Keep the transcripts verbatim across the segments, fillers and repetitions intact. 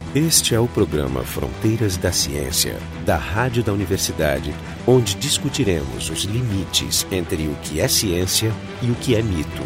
Este é o programa Fronteiras da Ciência, da Rádio da Universidade, onde discutiremos os limites entre o que é ciência e o que é mito.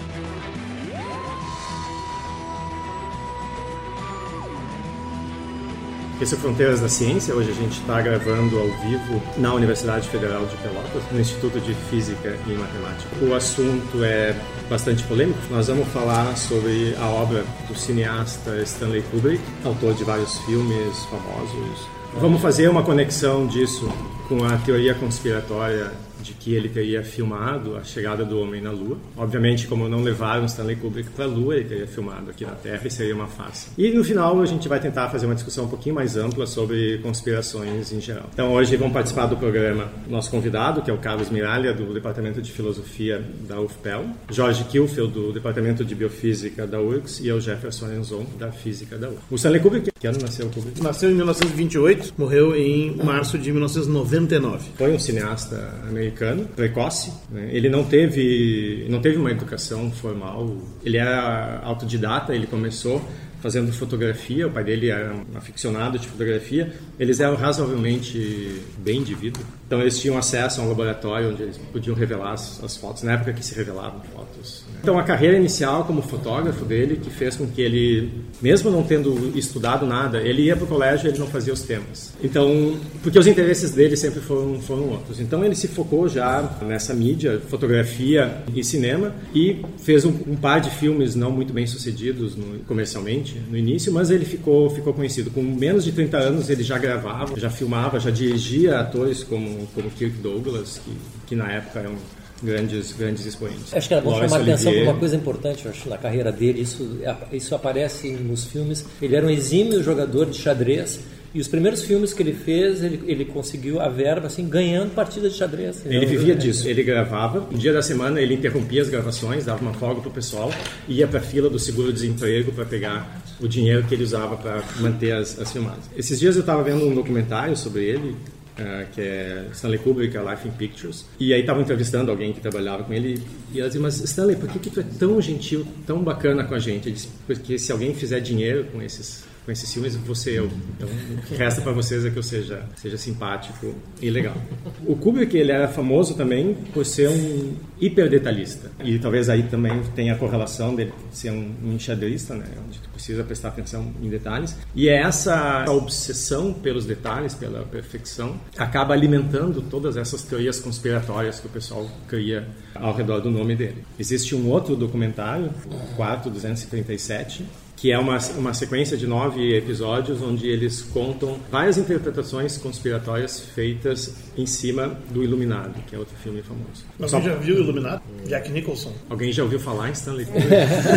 Esse é o Fronteiras da Ciência. Hoje a gente está gravando ao vivo na Universidade Federal de Pelotas, no Instituto de Física e Matemática. O assunto é bastante polêmico. Nós vamos falar sobre a obra do cineasta Stanley Kubrick, autor de vários filmes famosos. Vamos fazer uma conexão disso com a teoria conspiratória de que ele teria filmado a chegada do homem na Lua. Obviamente, como não levaram Stanley Kubrick para a Lua, ele teria filmado aqui na Terra e seria uma farsa. E no final a gente vai tentar fazer uma discussão um pouquinho mais ampla sobre conspirações em geral. Então hoje vão participar do programa nosso convidado, que é o Carlos Miralha, do Departamento de Filosofia da U F P E L, Jorge Kilfield, do Departamento de Biofísica da U R G S, e eu, Jefferson Enzon, da Física da U R G S. O Stanley Kubrick, que ano nasceu o Kubrick? Nasceu em mil novecentos e vinte e oito, morreu em março de mil novecentos e noventa e nove. Foi um cineasta americano precoce, né? Ele não teve, não teve uma educação formal, ele era autodidata, ele começou fazendo fotografia, o pai dele era um aficionado de fotografia, eles eram razoavelmente bem de vida, então eles tinham acesso a um laboratório onde eles podiam revelar as, as fotos, na época que se revelavam fotos. Então a carreira inicial como fotógrafo dele, que fez com que ele, mesmo não tendo estudado nada, ele ia para o colégio e ele não fazia os temas. Então, porque os interesses dele sempre foram, foram outros. Então ele se focou já nessa mídia, fotografia e cinema, e fez um, um par de filmes não muito bem sucedidos no, comercialmente, no início, mas ele ficou, ficou conhecido. Com menos de trinta anos ele já gravava, já filmava, já dirigia atores como, como Kirk Douglas, que, que na época eram grandes, grandes expoentes. Acho que era bom chamar a atenção para uma coisa importante, eu acho, na carreira dele. Isso, isso aparece nos filmes. Ele era um exímio jogador de xadrez. E os primeiros filmes que ele fez, ele, ele conseguiu a verba, assim, ganhando partidas de xadrez. Ele vivia disso. Ele gravava. Um dia da semana, ele interrompia as gravações, dava uma folga pro pessoal, ia para a fila do seguro-desemprego para pegar o dinheiro que ele usava para manter as, as filmagens. Esses dias eu estava vendo um documentário sobre ele, Uh, que é Stanley Kubrick, a Life in Pictures, e aí estavam entrevistando alguém que trabalhava com ele, e ela dizia, mas Stanley, por que, que tu é tão gentil, tão bacana com a gente? Ele disse, porque se alguém fizer dinheiro com esses, com esses filmes, você eu. Então, o que resta para vocês é que eu seja, seja simpático e legal. O Kubrick, ele era famoso também por ser um hiperdetalhista, e talvez aí também tenha a correlação dele ser um, um enxadrista, né, onde tu precisa prestar atenção em detalhes, e é essa obsessão pelos detalhes, pela perfeição, acaba alimentando todas essas teorias conspiratórias que o pessoal cria ao redor do nome dele. Existe um outro documentário, o quarto duzentos e trinta e sete, que é uma, uma sequência de nove episódios onde eles contam várias interpretações conspiratórias feitas em cima do Iluminado, que é outro filme famoso. Mas você já viu o Iluminado? Jack Nicholson. Alguém já ouviu falar em Stanley Kubrick?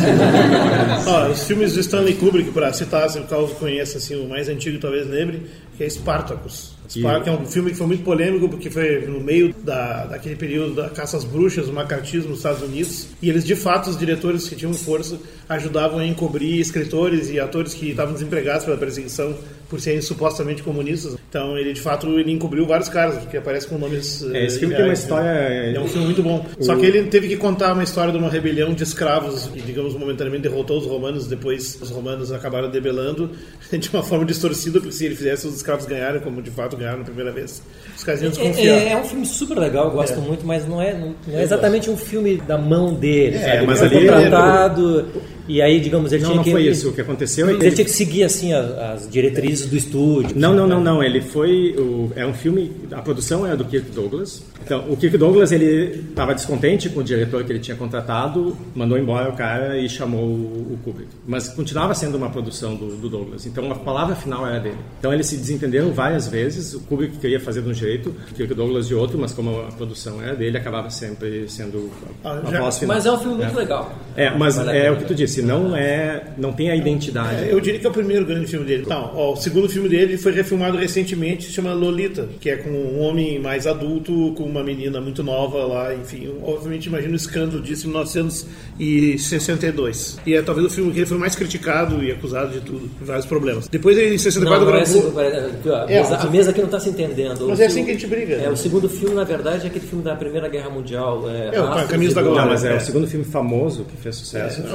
ah, os filmes de Stanley Kubrick, para citar, se o Carlos conhece assim, o mais antigo talvez lembre, que é Spartacus. Spartacus é um filme que foi muito polêmico porque foi no meio da, daquele período da caça às bruxas, o macartismo nos Estados Unidos, e eles de fato, os diretores que tinham força, ajudavam a encobrir escritores e atores que estavam desempregados pela perseguição por serem supostamente comunistas. Então ele de fato ele encobriu vários caras, porque aparece com nomes... É, esse filme tem uma história... É um filme muito bom. O... Só que ele teve que contar uma história de uma rebelião de escravos que, digamos, momentaneamente derrotou os romanos, depois os romanos acabaram debelando de uma forma distorcida, porque se ele fizesse, os escravos ganharam, como de fato ganharam na primeira vez. Os caras iam desconfiar. É, é, é um filme super legal, eu gosto é. muito, mas não é, não, não é exatamente um filme da mão dele. É, sabe? mas ele ali... contratado... Ele... E aí, digamos, ele não, tinha não que... Não, foi isso. O que aconteceu é que... Ele, ele tinha que seguir, assim, as, as diretrizes do estúdio. Não, não, não, não. Ele foi... O, é um filme... A produção é do Kirk Douglas. Então, o Kirk Douglas, ele estava descontente com o diretor que ele tinha contratado, mandou embora o cara e chamou o, o Kubrick. Mas continuava sendo uma produção do, do Douglas. Então, a palavra final era dele. Então, eles se desentenderam várias vezes. O Kubrick queria fazer de um jeito, o Kirk Douglas de outro, mas como a produção era dele, acabava sempre sendo a, a voz final. Mas é um filme muito é. legal. É, mas é, é o que tu disse. Não é... Não tem a identidade. É, eu diria que é o primeiro grande filme dele. Não, ó, o segundo filme dele foi refilmado recentemente, se chama Lolita, que é com um homem mais adulto, com uma menina muito nova lá, enfim. Obviamente, imagina o escândalo disso em mil novecentos e sessenta e dois. E é talvez o filme que ele foi mais criticado e acusado de tudo, de vários problemas. Depois, em sessenta e quatro, não, não gravou... É assim, a, mesa, a mesa aqui não está se entendendo. Mas o é assim que a gente briga. É, né? O segundo filme, na verdade, é aquele filme da Primeira Guerra Mundial. É, é o Caminhos da Glória. Glória. Mas é, é o segundo filme famoso que fez sucesso. É, os Caminhos da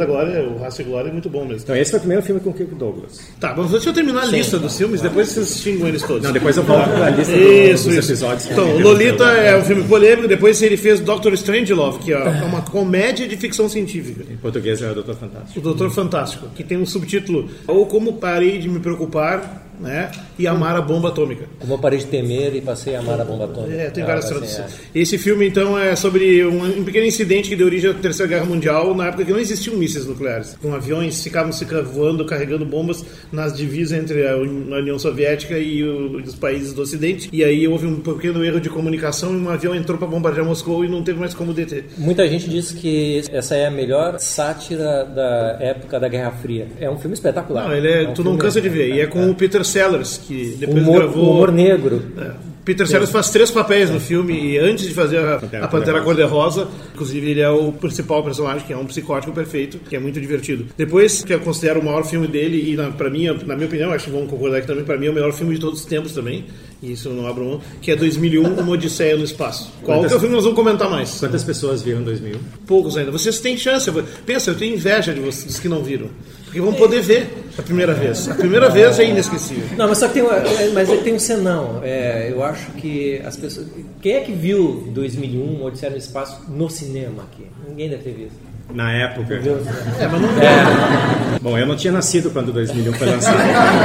Glória, o Raça e Glória é muito bom mesmo. Então esse foi o primeiro filme com o Kirk Douglas. Tá, vamos deixa eu terminar a lista dos filmes, depois vocês xingam eles todos. Não, depois eu volto pra lista do, isso, dos isso. episódios. Então, Lolita é um filme polêmico, depois ele fez doutor Strangelove, que é uma comédia de ficção científica. Em português é o doutor Fantástico. O doutor Fantástico, que tem um subtítulo, ou Como Parei de Me Preocupar, né, e Amar a Bomba Atômica. Como eu parei de temer e passei a amar a bomba atômica. É, tem várias assim, traduções. é. Esse filme, então, é sobre um, um pequeno incidente que deu origem à Terceira Guerra Mundial, na época que não existiam mísseis nucleares. Com aviões ficavam se voando, carregando bombas nas divisas entre a União Soviética e o, os países do Ocidente. E aí houve um pequeno erro de comunicação e um avião entrou para bombardear Moscou e não teve mais como deter. Muita gente diz que essa é a melhor sátira da época da Guerra Fria. É um filme espetacular. Não, ele é, é um tu não cansa de ver. E é com é. o Peter Sellers, que depois humor, gravou... humor negro. É. Peter Sellers faz três papéis no filme e antes de fazer a, a Pantera Cor-de-Rosa, inclusive ele é o principal personagem, que é um psicótico perfeito, que é muito divertido. Depois, que eu considero o maior filme dele, e na, pra mim, na minha opinião, acho que vão concordar aqui também, pra mim é o melhor filme de todos os tempos também, e isso eu não abro mão, que é dois mil e um, Uma Odisseia no Espaço. Qual Quantas, que é o filme que nós vamos comentar mais? Quantas pessoas viram dois mil? Poucos ainda. Vocês têm chance. Pensa, eu tenho inveja de vocês dos que não viram. Porque vão poder ver a primeira vez. A primeira vez é inesquecível. Não, mas só que tem, uma, mas tem um senão. É, eu acho que as pessoas... Quem é que viu dois mil e um, Uma Odisseia no Espaço, no cinema aqui? Ninguém deve ter visto. Na época. É, mas não... É. Bom, eu não tinha nascido quando dois mil e um foi lançado.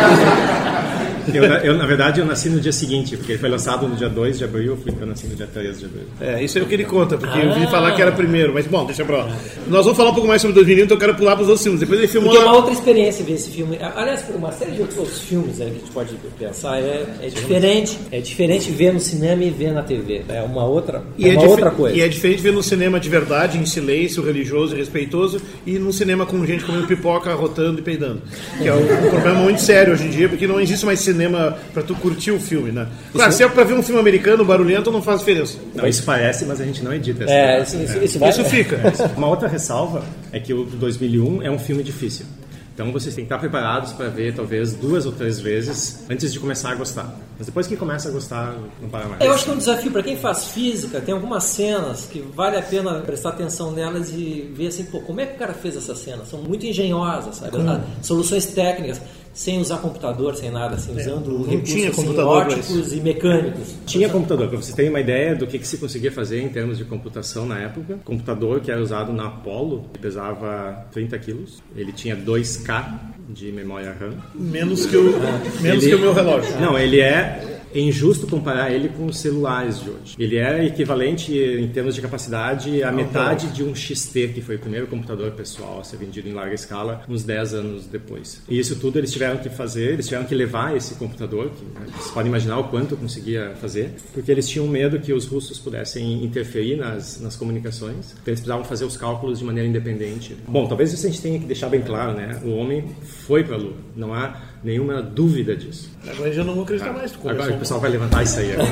Eu, eu, na verdade, eu nasci no dia seguinte, porque ele foi lançado no dia dois de abril, eu nasci no dia três de abril. É, isso é o que ele conta, porque ah. eu vi falar que era primeiro, mas bom, deixa pra lá. Nós vamos falar um pouco mais sobre dois mil e um, então eu quero pular pros outros filmes. Depois ele filmou... Porque é uma outra experiência ver esse filme. Aliás, uma série de outros filmes aí que a gente pode pensar, é, é diferente. É diferente ver no cinema e ver na T V. É uma outra, é uma é outra coisa. E é diferente ver no cinema de verdade, em silêncio, religioso e respeitoso, e num cinema com gente comendo pipoca, rotando e peidando. Que é um problema muito sério hoje em dia, porque não existe mais cinema pra tu curtir o filme, né? Claro, isso... se é pra ver um filme americano barulhento, não faz diferença. Não, isso parece, mas a gente não edita. Essa é, isso, isso, isso, vai... isso fica. É. Uma outra ressalva é que o dois mil e um é um filme difícil. Então vocês têm que estar preparados para ver talvez duas ou três vezes antes de começar a gostar. Mas depois que começa a gostar, não para mais. Eu acho que é um desafio para quem faz física. Tem algumas cenas que vale a pena prestar atenção nelas e ver assim, pô, como é que o cara fez essa cena? São muito engenhosas, sabe? Hum. Soluções técnicas, sem usar computador, sem nada, assim, é, usando recursos assim, óticos e mecânicos. Tinha computador, para você ter uma ideia do que, que se conseguia fazer em termos de computação na época. Computador que era usado na Apollo, pesava trinta quilos, ele tinha dois K de memória RAM. Menos que o, ah, menos ele, que o meu relógio. Não, ele é... É injusto comparar ele com os celulares de hoje. Ele é equivalente, em termos de capacidade, à metade de um X T, que foi o primeiro computador pessoal a ser vendido em larga escala, uns dez anos depois. E isso tudo eles tiveram que fazer, eles tiveram que levar esse computador, que né, vocês podem imaginar o quanto conseguia fazer, porque eles tinham medo que os russos pudessem interferir nas, nas comunicações, então eles precisavam fazer os cálculos de maneira independente. Bom, talvez isso a gente tenha que deixar bem claro, né? O homem foi para a Lua, não há nenhuma dúvida disso. Agora eu já não vou acreditar ah, mais. Agora o pessoal vai levantar isso aí.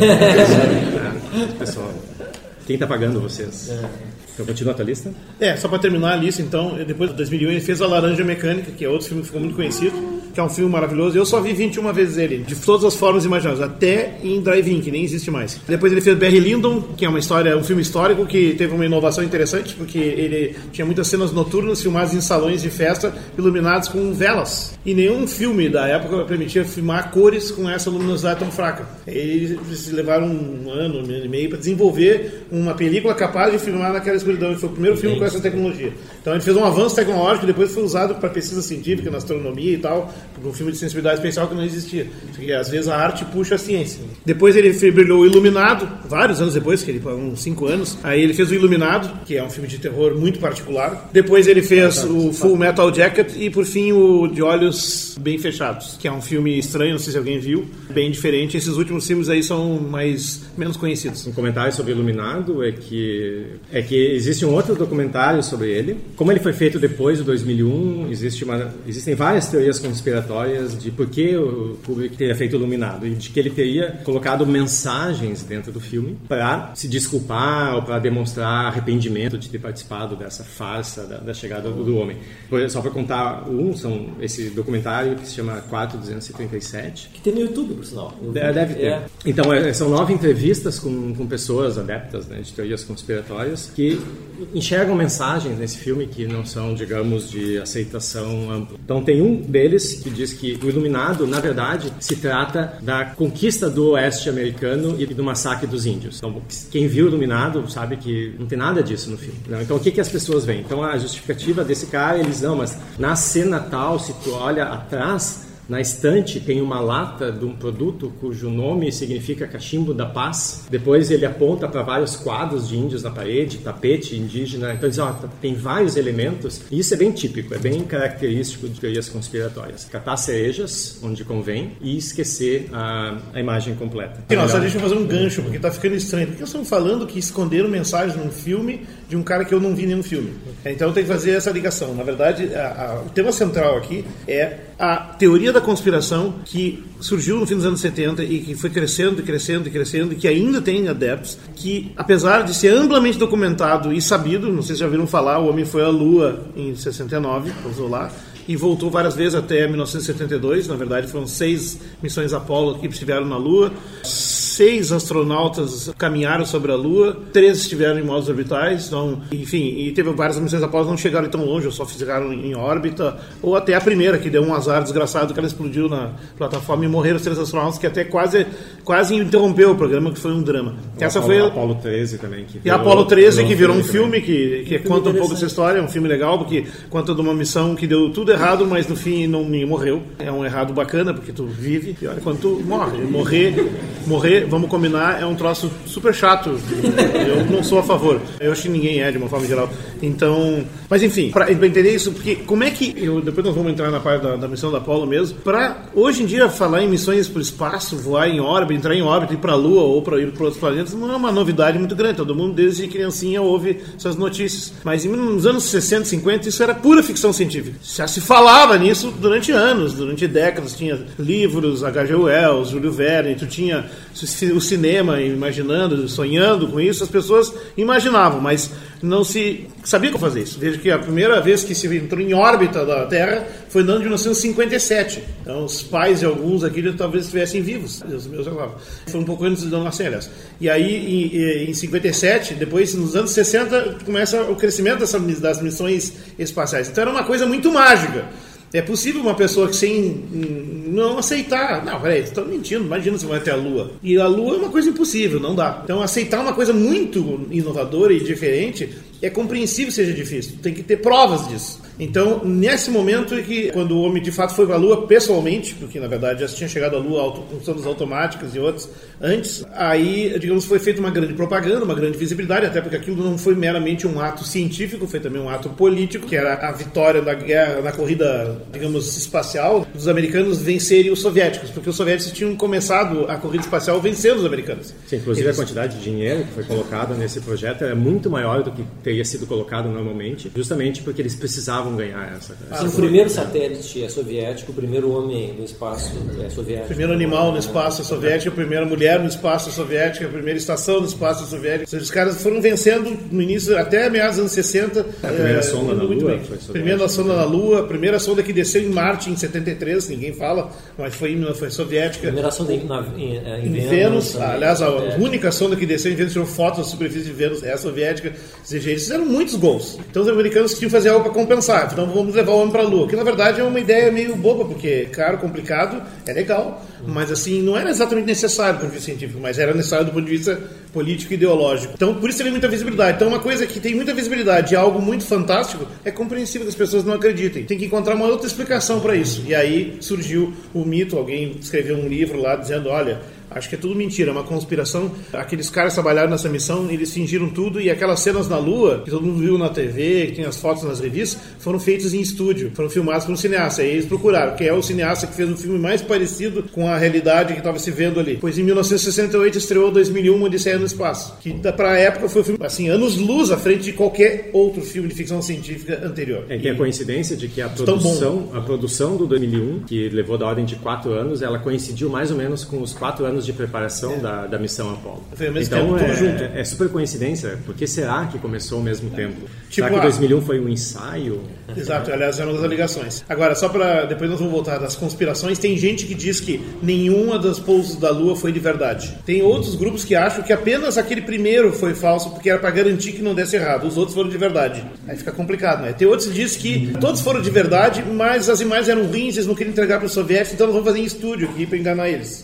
é, pessoal, quem está pagando vocês? É. Então continua a tua lista? É, só para terminar a lista, então, depois de dois mil e um ele fez A Laranja Mecânica, que é outro filme que ficou muito conhecido, que é um filme maravilhoso. Eu só vi vinte e uma vezes ele, de todas as formas imagináveis, até em drive-in, que nem existe mais. Depois ele fez Barry Lyndon, que é uma história, um filme histórico que teve uma inovação interessante, porque ele tinha muitas cenas noturnas filmadas em salões de festa, iluminados com velas. E nenhum filme da época permitia filmar cores com essa luminosidade tão fraca. Eles levaram um ano, um ano e meio para desenvolver uma película capaz de filmar naquela escuridão. Ele foi o primeiro filme com essa tecnologia. Então ele fez um avanço tecnológico e depois foi usado para pesquisa científica, na astronomia e tal, um filme de sensibilidade especial que não existia. Porque às vezes a arte puxa a ciência. Depois ele brilhou o Iluminado, vários anos depois, que ele uns cinco anos. Aí ele fez o Iluminado, que é um filme de terror muito particular. Depois ele fez o Full Metal Jacket e por fim o De Olhos Bem Fechados, que é um filme estranho, não sei se alguém viu, bem diferente. Esses últimos filmes aí são mais menos conhecidos. Um comentário sobre o Iluminado é que é que existe um outro documentário sobre ele. Como ele foi feito depois de dois mil e um, existe uma, existem várias teorias conspiratórias conspiratórias de por que o Kubrick teria feito Iluminado e de que ele teria colocado mensagens dentro do filme para se desculpar ou para demonstrar arrependimento de ter participado dessa farsa da, da chegada do, do homem. Só para contar um, são esse documentário que se chama quatro duzentos e trinta e sete. Que tem no YouTube, por sinal. Deve ter. É. Então, é, são nove entrevistas com, com pessoas adeptas, né, de teorias conspiratórias que enxergam mensagens nesse filme que não são, digamos, de aceitação ampla. Então, tem um deles que diz que o Iluminado, na verdade, se trata da conquista do oeste americano e do massacre dos índios. Então, quem viu o Iluminado sabe que não tem nada disso no filme. Não? Então, o que, que as pessoas veem? Então, a justificativa desse cara, eles não, mas na cena tal, se tu olha atrás, na estante tem uma lata de um produto cujo nome significa cachimbo da paz. Depois ele aponta para vários quadros de índios na parede, tapete indígena. Então ele diz, ó, tem vários elementos. E isso é bem típico, é bem característico de teorias conspiratórias. Catar cerejas onde convém e esquecer a, a imagem completa. Sim, nossa, deixa eu fazer um gancho, porque tá ficando estranho. Porque nós estamos falando que esconderam mensagens num filme de um cara que eu não vi nenhum filme. Então tem que fazer essa ligação. Na verdade, a, a, o tema central aqui é a teoria da conspiração que surgiu no fim dos anos setenta e que foi crescendo e crescendo e crescendo e que ainda tem adeptos, que apesar de ser amplamente documentado e sabido, não sei se já viram falar, o homem foi à Lua em sessenta e nove, pousou lá, e voltou várias vezes até mil novecentos e setenta e dois. Na verdade foram seis missões Apollo que estiveram na Lua, seis astronautas caminharam sobre a Lua, três estiveram em modos orbitais, então, enfim, e teve várias missões Apollo que não chegaram tão longe, ou só ficaram em órbita, ou até a primeira, que deu um azar desgraçado, que ela explodiu na plataforma e morreram os três astronautas, que até quase, quase interrompeu o programa, que foi um drama. O Essa Apollo, foi a Apollo treze também. Que e a Apollo treze, que virou um filme, que, que conta um pouco dessa história, é um filme legal, porque conta de uma missão que deu tudo errado, mas no fim não morreu. É um errado bacana, porque tu vive, e olha quando tu morre. Morrer, morrer, vamos combinar, é um troço super chato. Eu não sou a favor. Eu acho que ninguém é, de uma forma geral. Então, mas enfim, para entender isso, porque como é que, eu, depois nós vamos entrar na parte da, da missão da Apollo mesmo, para hoje em dia falar em missões para o espaço, voar em órbita, entrar em órbita, ir para a Lua ou para ir para outros planetas, não é uma novidade muito grande. Todo mundo desde criancinha ouve essas notícias. Mas nos anos sessenta, cinquenta, isso era pura ficção científica. Já se falava nisso durante anos, durante décadas. Tinha livros, H G Wells, Júlio Verne, tu tinha o cinema imaginando, sonhando com isso, as pessoas imaginavam, mas não se sabia como fazer isso. Veja que a primeira vez que se entrou em órbita da Terra foi no ano de mil novecentos e cinquenta e sete. Então os pais de alguns aqui talvez estivessem vivos. Os meus avós. Foi um pouco antes de eu nascer, aliás. E aí em, em cinquenta e sete, depois nos anos sessenta, começa o crescimento dessa, das missões espaciais. Então era uma coisa muito mágica. É possível uma pessoa que sem não aceitar, não, peraí, você está mentindo, imagina se vai até a Lua. E a Lua é uma coisa impossível, não dá. Então aceitar uma coisa muito inovadora e diferente é compreensível que seja difícil, tem que ter provas disso. Então, nesse momento é que, quando o homem de fato foi para a Lua pessoalmente, porque na verdade já tinha chegado à Lua com sondas automáticas e outros antes, aí, digamos, foi feita uma grande propaganda, uma grande visibilidade, até porque aquilo não foi meramente um ato científico, foi também um ato político, que era a vitória da guerra, na corrida, digamos, espacial, dos americanos vencerem os soviéticos, porque os soviéticos tinham começado a corrida espacial vencendo os americanos. Sim, inclusive Eles... a quantidade de dinheiro que foi colocada nesse projeto é muito maior do que teria sido colocado normalmente, justamente porque eles precisavam ganhar essa coisa. Ah, o primeiro satélite é soviético, o primeiro homem no espaço é soviético. O primeiro animal no espaço é soviético, a primeira mulher no espaço é soviética, a primeira estação no espaço é soviética. Ou seja, os caras foram vencendo no início, até meados dos anos sessenta. A primeira é, sonda na Lua foi soviética. Primeira sonda na Lua, a primeira sonda que desceu em Marte em setenta e três, ninguém fala, mas foi, foi soviética. A primeira sonda em, na, em, em, em Vênus, Vênus aliás, a é. única sonda que desceu em Vênus, tirou fotos da superfície de Vênus, é a soviética. Ou seja, eles fizeram muitos gols. Então os americanos queriam fazer algo para compensar. Então vamos levar o homem para a Lua. Que na verdade é uma ideia meio boba, porque é caro, complicado, é legal. Mas assim, não era exatamente necessário do ponto de vista científico, mas era necessário do ponto de vista político e ideológico. Então por isso teve muita visibilidade. Então uma coisa que tem muita visibilidade e algo muito fantástico, é compreensível que as pessoas não acreditem. Tem que encontrar uma outra explicação para isso. E aí surgiu o mito, alguém escreveu um livro lá dizendo, olha, Acho que é tudo mentira, é uma conspiração. Aqueles caras trabalharam nessa missão, eles fingiram tudo, e aquelas cenas na Lua, que todo mundo viu na T V, que tem as fotos nas revistas, foram feitas em estúdio, foram filmados por um cineasta. Aí eles procuraram, que é o cineasta que fez um filme mais parecido com a realidade que estava se vendo ali. Pois em mil novecentos e sessenta e oito estreou dois mil e um, Odisseia no Espaço, que pra época foi um filme, assim, anos-luz à frente de qualquer outro filme de ficção científica anterior. É que a coincidência de que a produção, a produção do dois mil e um, que levou da ordem de quatro anos, ela coincidiu mais ou menos com os quatro anos de preparação é. da, da missão Apollo. Foi ao mesmo então tempo, é, junto. é super coincidência. Por que será que começou ao mesmo tempo? Tipo, será que dois mil e um foi um ensaio? Exato, aliás, é uma das ligações. Agora, só para depois nós vamos voltar das conspirações, tem gente que diz que nenhuma das pousos da Lua foi de verdade. Tem outros grupos que acham que apenas aquele primeiro foi falso, porque era para garantir que não desse errado. Os outros foram de verdade. Aí fica complicado, né? Tem outros que dizem que todos foram de verdade, mas as imagens eram ruins, eles não queriam entregar para os soviéticos, então nós vamos fazer em estúdio aqui para enganar eles.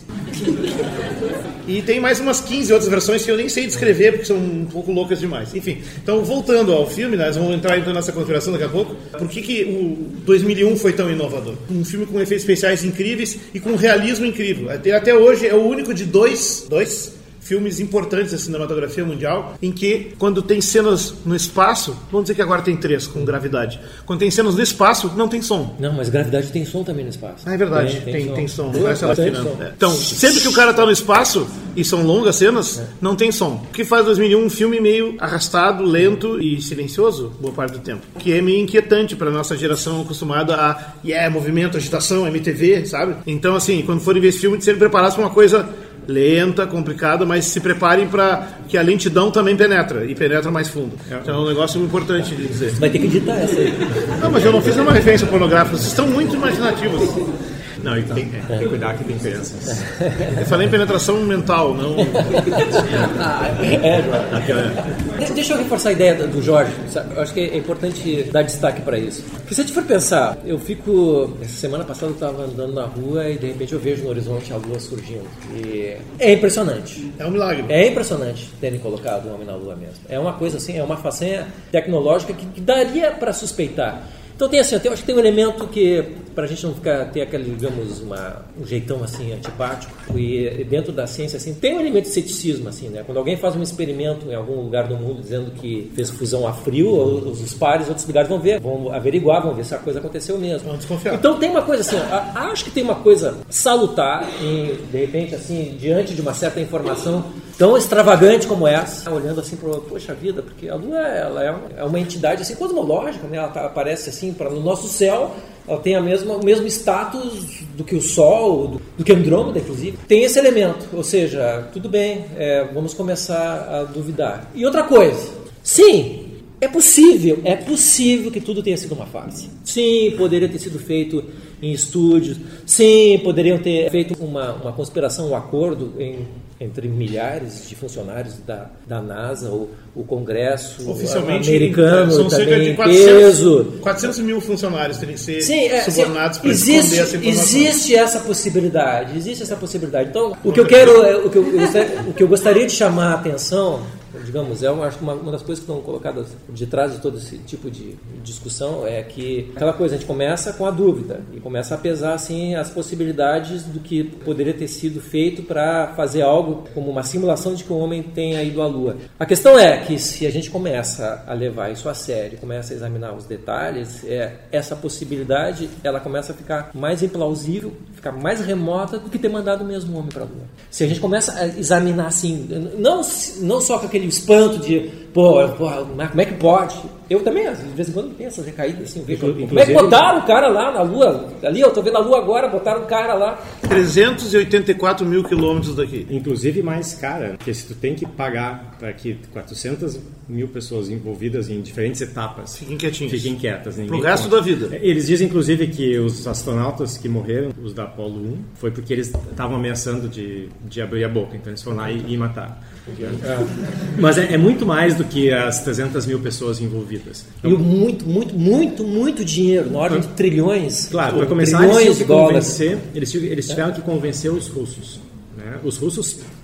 E tem mais umas quinze outras versões que eu nem sei descrever, porque são um pouco loucas demais. Enfim, então voltando ao filme, nós vamos entrar então nessa conspiração daqui a pouco. Por que, que o dois mil e um foi tão inovador? Um filme com efeitos especiais incríveis e com um realismo incrível. Até, até hoje é o único de dois... dois filmes importantes da cinematografia mundial, em que, quando tem cenas no espaço, vamos dizer que agora tem três, com gravidade. Quando tem cenas no espaço, não tem som. Não, mas gravidade tem som também no espaço. Ah, é verdade, tem, tem, tem som. Tem som. Não tem som. É. Então, sempre que o cara está no espaço, e são longas cenas, é. não tem som. O que faz dois mil e um um filme meio arrastado, lento e silencioso, boa parte do tempo. Que é meio inquietante para nossa geração acostumada a, yeah, movimento, agitação, M T V, sabe? Então, assim, quando forem ver esse filme, serem preparados para uma coisa lenta, complicada, mas se preparem para que a lentidão também penetra, e penetra mais fundo. Então é um negócio importante de dizer. Você vai ter que editar essa aí. Não, mas eu não fiz nenhuma referência pornográfica, vocês estão muito imaginativos. Não, e tem, é, tem que cuidar que tem crianças. Eu falei em penetração mental, não... é, João. Deixa eu reforçar a ideia do Jorge. Eu acho que é importante dar destaque para isso. Porque se a gente for pensar, eu fico... Essa semana passada eu estava andando na rua e de repente eu vejo no horizonte a lua surgindo. E é impressionante. É um milagre. É impressionante terem colocado o homem na lua mesmo. É uma coisa assim, é uma façanha tecnológica que, que daria para suspeitar. Então tem assim, eu acho que tem um elemento que, para a gente não ficar, ter aquele, digamos, uma, um jeitão assim antipático, e dentro da ciência assim, tem um elemento de ceticismo assim, né? Quando alguém faz um experimento em algum lugar do mundo dizendo que fez fusão a frio, os, os pares, outros lugares vão ver, vão averiguar, vão ver se a coisa aconteceu mesmo. Vão desconfiar. Então tem uma coisa assim, a, acho que tem uma coisa salutar em, de repente assim, diante de uma certa informação tão extravagante como essa, olhando assim para, poxa vida, porque a Lua ela é, uma, é uma entidade assim cosmológica, né? Ela tá, aparece assim para no nosso céu, ela tem a mesma, o mesmo status do que o Sol, do, do que Andrômeda, inclusive. Tem esse elemento, ou seja, tudo bem, é, vamos começar a duvidar. E outra coisa, sim, é possível, é possível que tudo tenha sido uma farsa. Sim, poderia ter sido feito em estúdios, sim, poderiam ter feito uma, uma conspiração, um acordo em, entre milhares de funcionários da, da NASA, o, o Congresso oficialmente americano são também cerca de em quatrocentos, peso. quatrocentos mil funcionários terem que ser sim, é, subornados para existe, esconder essa informação. Existe essa possibilidade, existe essa possibilidade. Então, o que eu quero, o que eu, o que eu gostaria de chamar a atenção, digamos, é uma, uma, uma das coisas que estão colocadas de trás de todo esse tipo de discussão é que aquela coisa, a gente começa com a dúvida e começa a pesar assim as possibilidades do que poderia ter sido feito para fazer algo como uma simulação de que o homem tenha ido à Lua. A questão é que se a gente começa a levar isso a sério, começa a examinar os detalhes, é, essa possibilidade ela começa a ficar mais implausível, ficar mais remota do que ter mandado o mesmo homem para a Lua. Se a gente começa a examinar assim, não, não só com aquele espanto de, pô, pô, como é que pode? Eu também, de vez em quando, tenho essas recaídas assim, vejo, como é que botaram o cara lá na Lua? Ali, eu tô vendo a Lua agora, botaram o cara lá. trezentos e oitenta e quatro mil quilômetros daqui. Inclusive mais cara, porque se tu tem que pagar para que quatrocentas mil pessoas envolvidas em diferentes etapas fiquem quietinhos, fiquem quietas. Pro resto da vida. Eles dizem, inclusive, que os astronautas que morreram, os da Apollo um, foi porque eles estavam ameaçando de, de abrir a boca, então eles foram lá e, e mataram. Mas é, é muito mais do que as trezentas mil pessoas envolvidas. Então, e muito, muito, muito, muito dinheiro, na ordem de trilhões. Claro, para começar, eles, que convencer, eles, eles tiveram que convencer os russos. Né? Os russos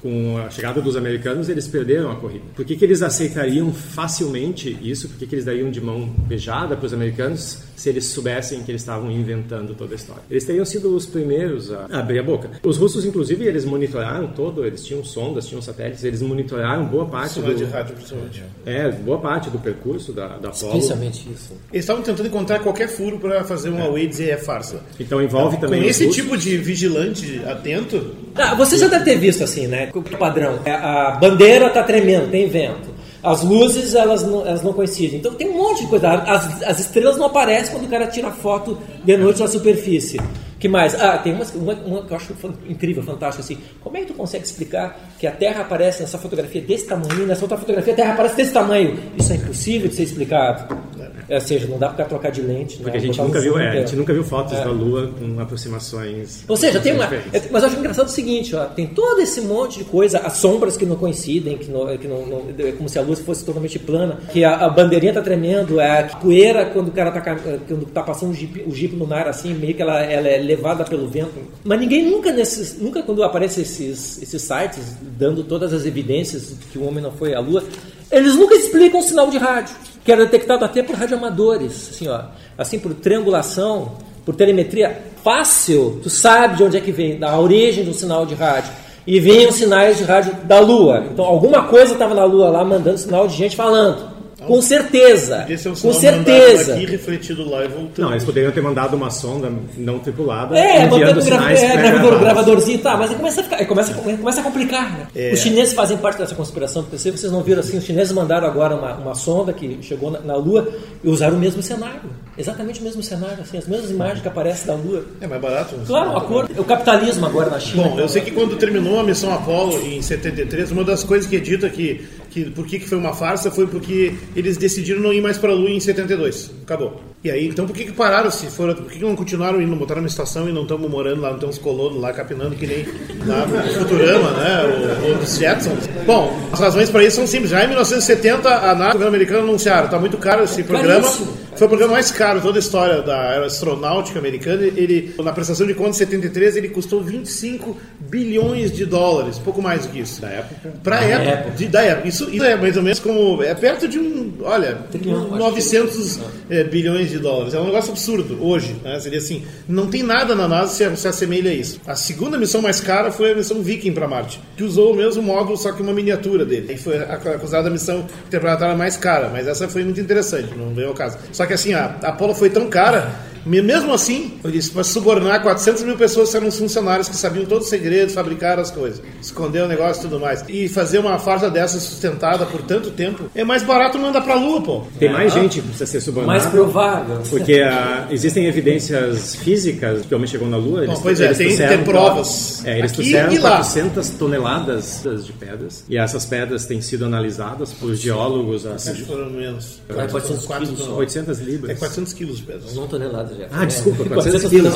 Com a chegada dos americanos, eles perderam a corrida. Por que, que eles aceitariam facilmente isso? Por que, que eles dariam de mão beijada para os americanos se eles soubessem que eles estavam inventando toda a história? Eles teriam sido os primeiros a abrir a boca. Os russos, inclusive, eles monitoraram todo, eles tinham sondas, tinham satélites, eles monitoraram boa parte do... de rádio, principalmente. É, boa parte do percurso da, da Apollo. Especialmente isso. Eles estavam tentando encontrar qualquer furo para fazer um away e dizer é farsa. Então envolve também com esse russos. Tipo de vigilante atento... Ah, você já deve ter visto assim, né? O padrão. A bandeira está tremendo, tem vento. As luzes, elas não, elas não coincidem. Então tem um monte de coisa. As, as estrelas não aparecem quando o cara tira foto de noite na superfície. Que mais? Ah, tem uma, uma, uma que eu acho incrível, fantástica, assim. Como é que tu consegue explicar que a Terra aparece nessa fotografia desse tamanho, nessa outra fotografia a Terra aparece desse tamanho? Isso é impossível de ser explicado. É, ou seja, não dá para trocar de lente. Porque né? a, gente nunca viu, é, a gente nunca viu fotos é. da Lua com aproximações... Ou seja, tem uma... É, mas eu acho engraçado o seguinte, ó, tem todo esse monte de coisa, as sombras que não coincidem, que não, que não, não, é como se a luz fosse totalmente plana, que a, a bandeirinha está tremendo, a poeira quando o cara está quando tá passando o jeep, o jeep lunar assim, meio que ela, ela é levada pelo vento. Mas ninguém nunca, nesses, nunca quando aparecem esses, esses sites dando todas as evidências que o homem não foi à Lua, eles nunca explicam o sinal de rádio, que era detectado até por radioamadores, assim, ó, assim por triangulação, por telemetria fácil, tu sabe de onde é que vem, da origem do sinal de rádio. E vêm os sinais de rádio da Lua. Então alguma coisa estava na Lua lá mandando sinal de gente falando. Com certeza, um com certeza. Aqui, refletido lá e voltando. Não, eles poderiam ter mandado uma sonda não tripulada é, enviando sinais é, gravador, gravadorzinho, tá, mas aí começa a, ficar, aí começa, começa a complicar, né? É. Os chineses fazem parte dessa conspiração, porque se vocês não viram assim, os chineses mandaram agora uma, uma sonda que chegou na, na Lua e usaram o mesmo cenário, exatamente o mesmo cenário, assim, as mesmas imagens que aparecem da Lua. É mais barato? Claro, a cor, o capitalismo agora na China. Bom, eu sei que quando terminou a missão Apollo em setenta e três, uma das coisas que é dita que, que por que foi uma farsa foi porque eles decidiram não ir mais para a Lua em setenta e dois. Acabou. E aí, então por que que pararam se foram? Por que que não continuaram indo, botaram uma estação e não estamos morando lá, não tem uns colonos lá capinando que nem na Futurama, né? Ou, ou dos Jetsons. Bom, as razões para isso são simples. Já em mil novecentos e setenta, a NASA e o governo americano anunciaram, está muito caro esse programa. Caríssimo. Foi o programa mais caro de toda a história da astronáutica americana. Ele, na prestação de contas, em setenta e três, ele custou vinte e cinco bilhões de dólares, pouco mais do que isso. Da época? Para a época. época. De, da época. Isso, isso é mais ou menos como... É perto de um... Olha, Trilhão, novecentos é, bilhões de dólares. É um negócio absurdo hoje. Né? Seria assim, não tem nada na NASA que se, se assemelha a isso. A segunda missão mais cara foi a missão Viking para Marte, que usou o mesmo módulo, só que uma miniatura dele. E foi acusada a missão interplanetária mais cara, mas essa foi muito interessante, não veio ao caso. Só que assim, a Apollo foi tão cara, mesmo assim, eles para subornar quatrocentas mil pessoas que eram os funcionários que sabiam todos os segredos, fabricaram as coisas, esconder o negócio e tudo mais. E fazer uma farsa dessa sustentada por tanto tempo, é mais barato mandar pra Lua, pô. Tem mais gente que precisa ser subornada. Mais provável. Porque uh, existem evidências físicas que o homem chegou na Lua. Eles, Bom, pois é, eles tem, tem provas. É, eles aqui trouxeram e lá. quatrocentas toneladas de pedras. E essas pedras têm sido analisadas por geólogos. Acho que foram menos. É, quatrocentos quilos. oitocentas libras. É quatrocentos quilos de pedras. Não toneladas, já. Ah, desculpa, quatrocentos quilos.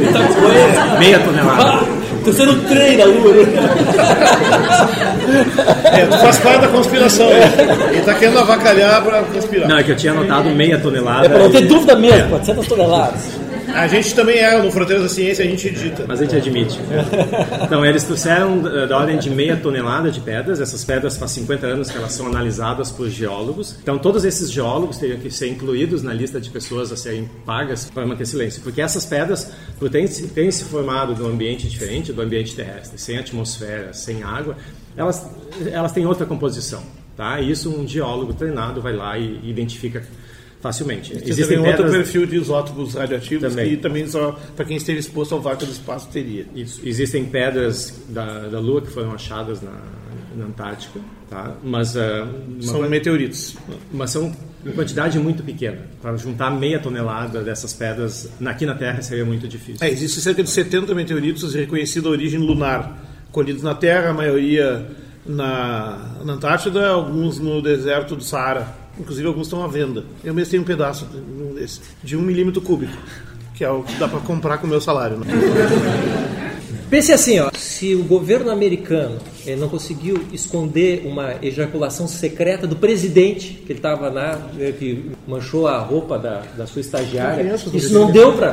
Meia tonelada. Ah, tô sendo um trem na Lua. É, tu faz parte da conspiração. É. Ele tá querendo avacalhar pra conspirar. Não, é que eu tinha anotado meia tonelada. É pra não ter e... dúvida mesmo, é. quatrocentas toneladas. A gente também é, no Fronteiras da Ciência, a gente edita. Mas a gente admite. Então, eles trouxeram da ordem de meia tonelada de pedras. Essas pedras faz cinquenta anos que elas são analisadas por geólogos. Então, todos esses geólogos teriam que ser incluídos na lista de pessoas a serem pagas para manter silêncio. Porque essas pedras, por terem, terem se formado num ambiente diferente do ambiente terrestre, sem atmosfera, sem água, elas, elas têm outra composição. Tá? E isso um geólogo treinado vai lá e identifica facilmente. Existem Existem também pedras... outro perfil de isótopos radioativos também. que também só para quem esteve exposto ao vácuo do espaço teria. Isso. Existem pedras da, da Lua que foram achadas na, na Antártica, tá? Mas uh, são uma, meteoritos. Mas são em quantidade muito pequena. Para juntar meia tonelada dessas pedras aqui na Terra seria muito difícil. É, existem cerca de setenta meteoritos de reconhecida origem lunar, colhidos na Terra, a maioria na, na Antártida, alguns no deserto do Saara. Inclusive alguns estão à venda. Eu mesmo tenho um pedaço de um, desse, de um milímetro cúbico, que é o que dá para comprar com o meu salário. Né? Pense assim, ó, se o governo americano eh, não conseguiu esconder uma ejaculação secreta do presidente, que ele estava lá, eh, que manchou a roupa da, da sua estagiária, isso não deu para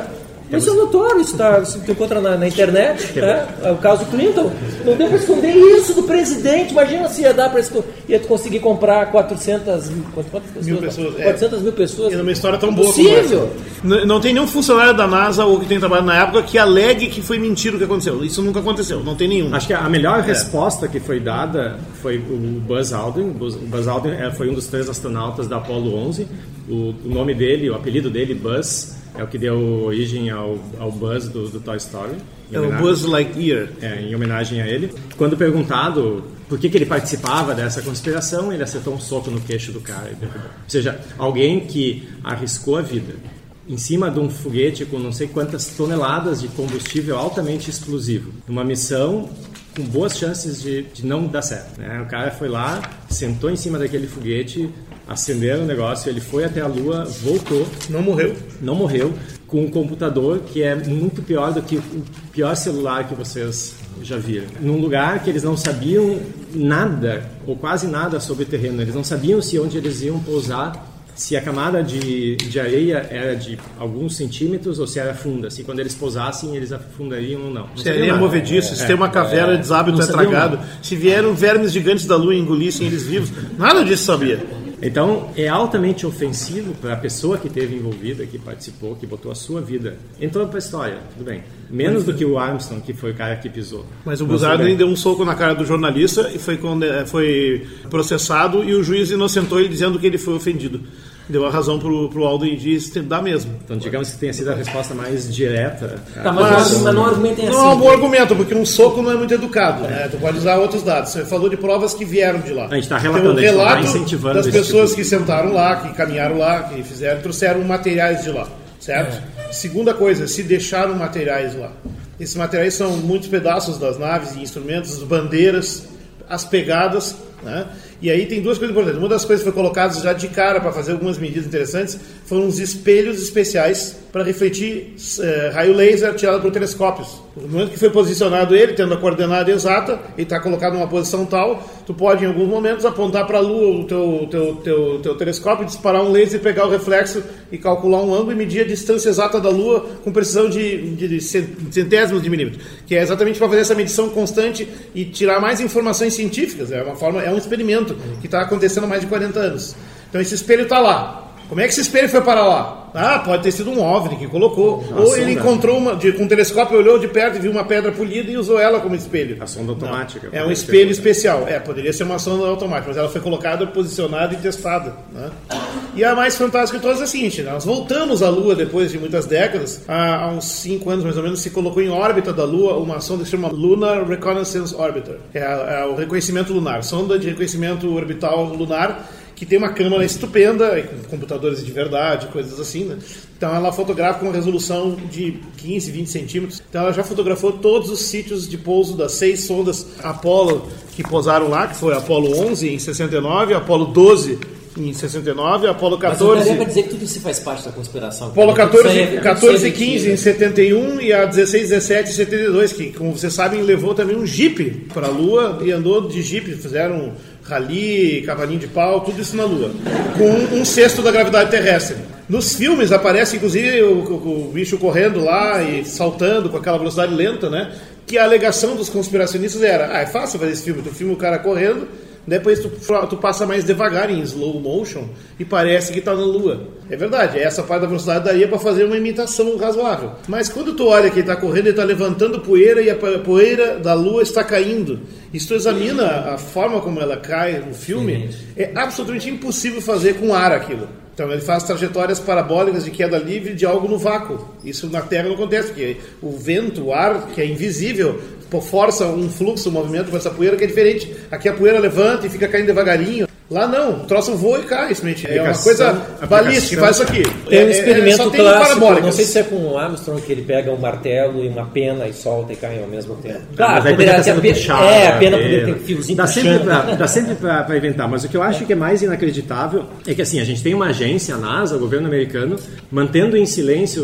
Isso é notório, isso tá, você encontra na, na internet, né? É o caso do Clinton. Não deu para esconder isso do presidente. Imagina se ia dar para ia conseguir comprar quatrocentas mil, quantas pessoas? Mil pessoas, quatrocentas é. mil pessoas. E numa história tão boa como essa. Não, não tem nenhum funcionário da NASA ou que tem trabalhado na época que alegue que foi mentira o que aconteceu. Isso nunca aconteceu, não tem nenhum. Acho que a melhor é. resposta que foi dada foi o Buzz Aldrin. O Buzz Aldrin foi um dos três astronautas da Apollo onze. O, o nome dele, o apelido dele, Buzz, é o que deu origem ao, ao Buzz do, do Toy Story. É o Buzz Lightyear. É, em homenagem a ele. Quando perguntado por que, que ele participava dessa conspiração, ele acertou um soco no queixo do cara. Ou seja, alguém que arriscou a vida em cima de um foguete com não sei quantas toneladas de combustível altamente explosivo. Uma missão com boas chances de, de não dar certo. Né? O cara foi lá, sentou em cima daquele foguete, acenderam o negócio, ele foi até a Lua, voltou. Não morreu. Não morreu, com um computador que é muito pior do que o pior celular que vocês já viram. Num lugar que eles não sabiam nada, ou quase nada sobre o terreno. Eles não sabiam se onde eles iam pousar, se a camada de, de areia era de alguns centímetros ou se era funda. Se quando eles pousassem, eles afundariam ou não. não se areia movediça, se é, tem uma caverna é, de hábito é tragado, se vieram vermes gigantes da Lua e engolissem eles vivos, nada disso sabia. Então, é altamente ofensivo para a pessoa que esteve envolvida, que participou, que botou a sua vida. Entrou para a história, tudo bem. Menos do que o Armstrong, que foi o cara que pisou. Mas o Buzz Aldrin deu um soco na cara do jornalista e foi, foi processado e o juiz inocentou ele dizendo que ele foi ofendido. Deu a razão pro, pro Aldrin e disse, dá mesmo. Então, digamos que tenha sido a resposta mais direta. Tá, mas, mas, mas não argumentem assim. Não é um bom argumento, porque um soco não é muito educado. É. Né? Tu pode usar outros dados. Você falou de provas que vieram de lá. A gente está relatando, tem um relato a gente tá incentivando das pessoas tipo. que sentaram lá, que caminharam lá, que fizeram, trouxeram materiais de lá, certo? É. Segunda coisa, se deixaram materiais lá. Esses materiais são muitos pedaços das naves e instrumentos, bandeiras, as pegadas, né? E aí tem duas coisas importantes. Uma das coisas que foi colocada já de cara para fazer algumas medidas interessantes foram os espelhos especiais para refletir eh, raio laser tirado por telescópios. No momento que foi posicionado ele, tendo a coordenada exata, ele está colocado numa posição tal, tu pode em alguns momentos apontar para a Lua o teu, teu, teu, teu telescópio, disparar um laser, pegar o reflexo e calcular um ângulo e medir a distância exata da Lua com precisão de, de, de centésimos de milímetro, que é exatamente para fazer essa medição constante e tirar mais informações científicas. É uma forma, é um experimento que está acontecendo há mais de quarenta anos. Então esse espelho está lá. Como é que esse espelho foi para lá? Ah, pode ter sido um OVNI que colocou. A Ou sonda. Ele encontrou uma, de, com um telescópio, olhou de perto e viu uma pedra polida e usou ela como espelho. A sonda automática. Não, é um espelho especial. É, poderia ser uma sonda automática, mas ela foi colocada, posicionada e testada. Né? E a mais fantástica de todas é a seguinte, nós voltamos à Lua depois de muitas décadas, há, há uns cinco anos mais ou menos, se colocou em órbita da Lua uma sonda que se chama Lunar Reconnaissance Orbiter, que é, é o reconhecimento lunar, sonda de reconhecimento orbital lunar, que tem uma câmera estupenda, com computadores de verdade, coisas assim, né? Então ela fotografa com uma resolução de quinze, vinte centímetros. Então ela já fotografou todos os sítios de pouso das seis sondas Apollo que pousaram lá, que foi a Apollo onze em sessenta e nove, a Apollo doze em sessenta e nove, a Apollo quatorze... Mas não para dizer que tudo isso faz parte da conspiração. Apollo quatorze e quinze em setenta e um e a dezesseis, dezessete em setenta e dois, que, como vocês sabem, levou também um Jeep para a Lua e andou de Jeep, fizeram rally, cavalinho de pau, tudo isso na Lua, com um sexto da gravidade terrestre. Nos filmes aparece, inclusive, o, o, o bicho correndo lá e saltando com aquela velocidade lenta, né? Que a alegação dos conspiracionistas era, ah, é fácil fazer esse filme, tu filma o cara correndo, depois tu, tu passa mais devagar em slow motion e parece que está na Lua. É verdade, essa parte da velocidade daria para fazer uma imitação razoável. Mas quando tu olha que ele está correndo, ele está levantando poeira e a poeira da Lua está caindo. E se tu examina a forma como ela cai no filme, sim, é absolutamente impossível fazer com ar aquilo. Então ele faz trajetórias parabólicas de queda livre de algo no vácuo. Isso na Terra não acontece, porque o vento, o ar, que é invisível, força um fluxo, um movimento com essa poeira que é diferente. Aqui a poeira levanta e fica caindo devagarinho. Lá não, o troço voa e cai. É uma coisa balística, faz isso aqui. Tem um experimento é, é, clássico, não sei se é com o Armstrong, que ele pega um martelo e uma pena e solta e cai ao mesmo tempo. Claro, mas poderia ter a pena, puxado, é, a pena poderia ter um fiozinho dá sempre pra, dá sempre para inventar, mas o que eu acho que é mais inacreditável é que assim, a gente tem uma agência, a NASA, o governo americano, mantendo em silêncio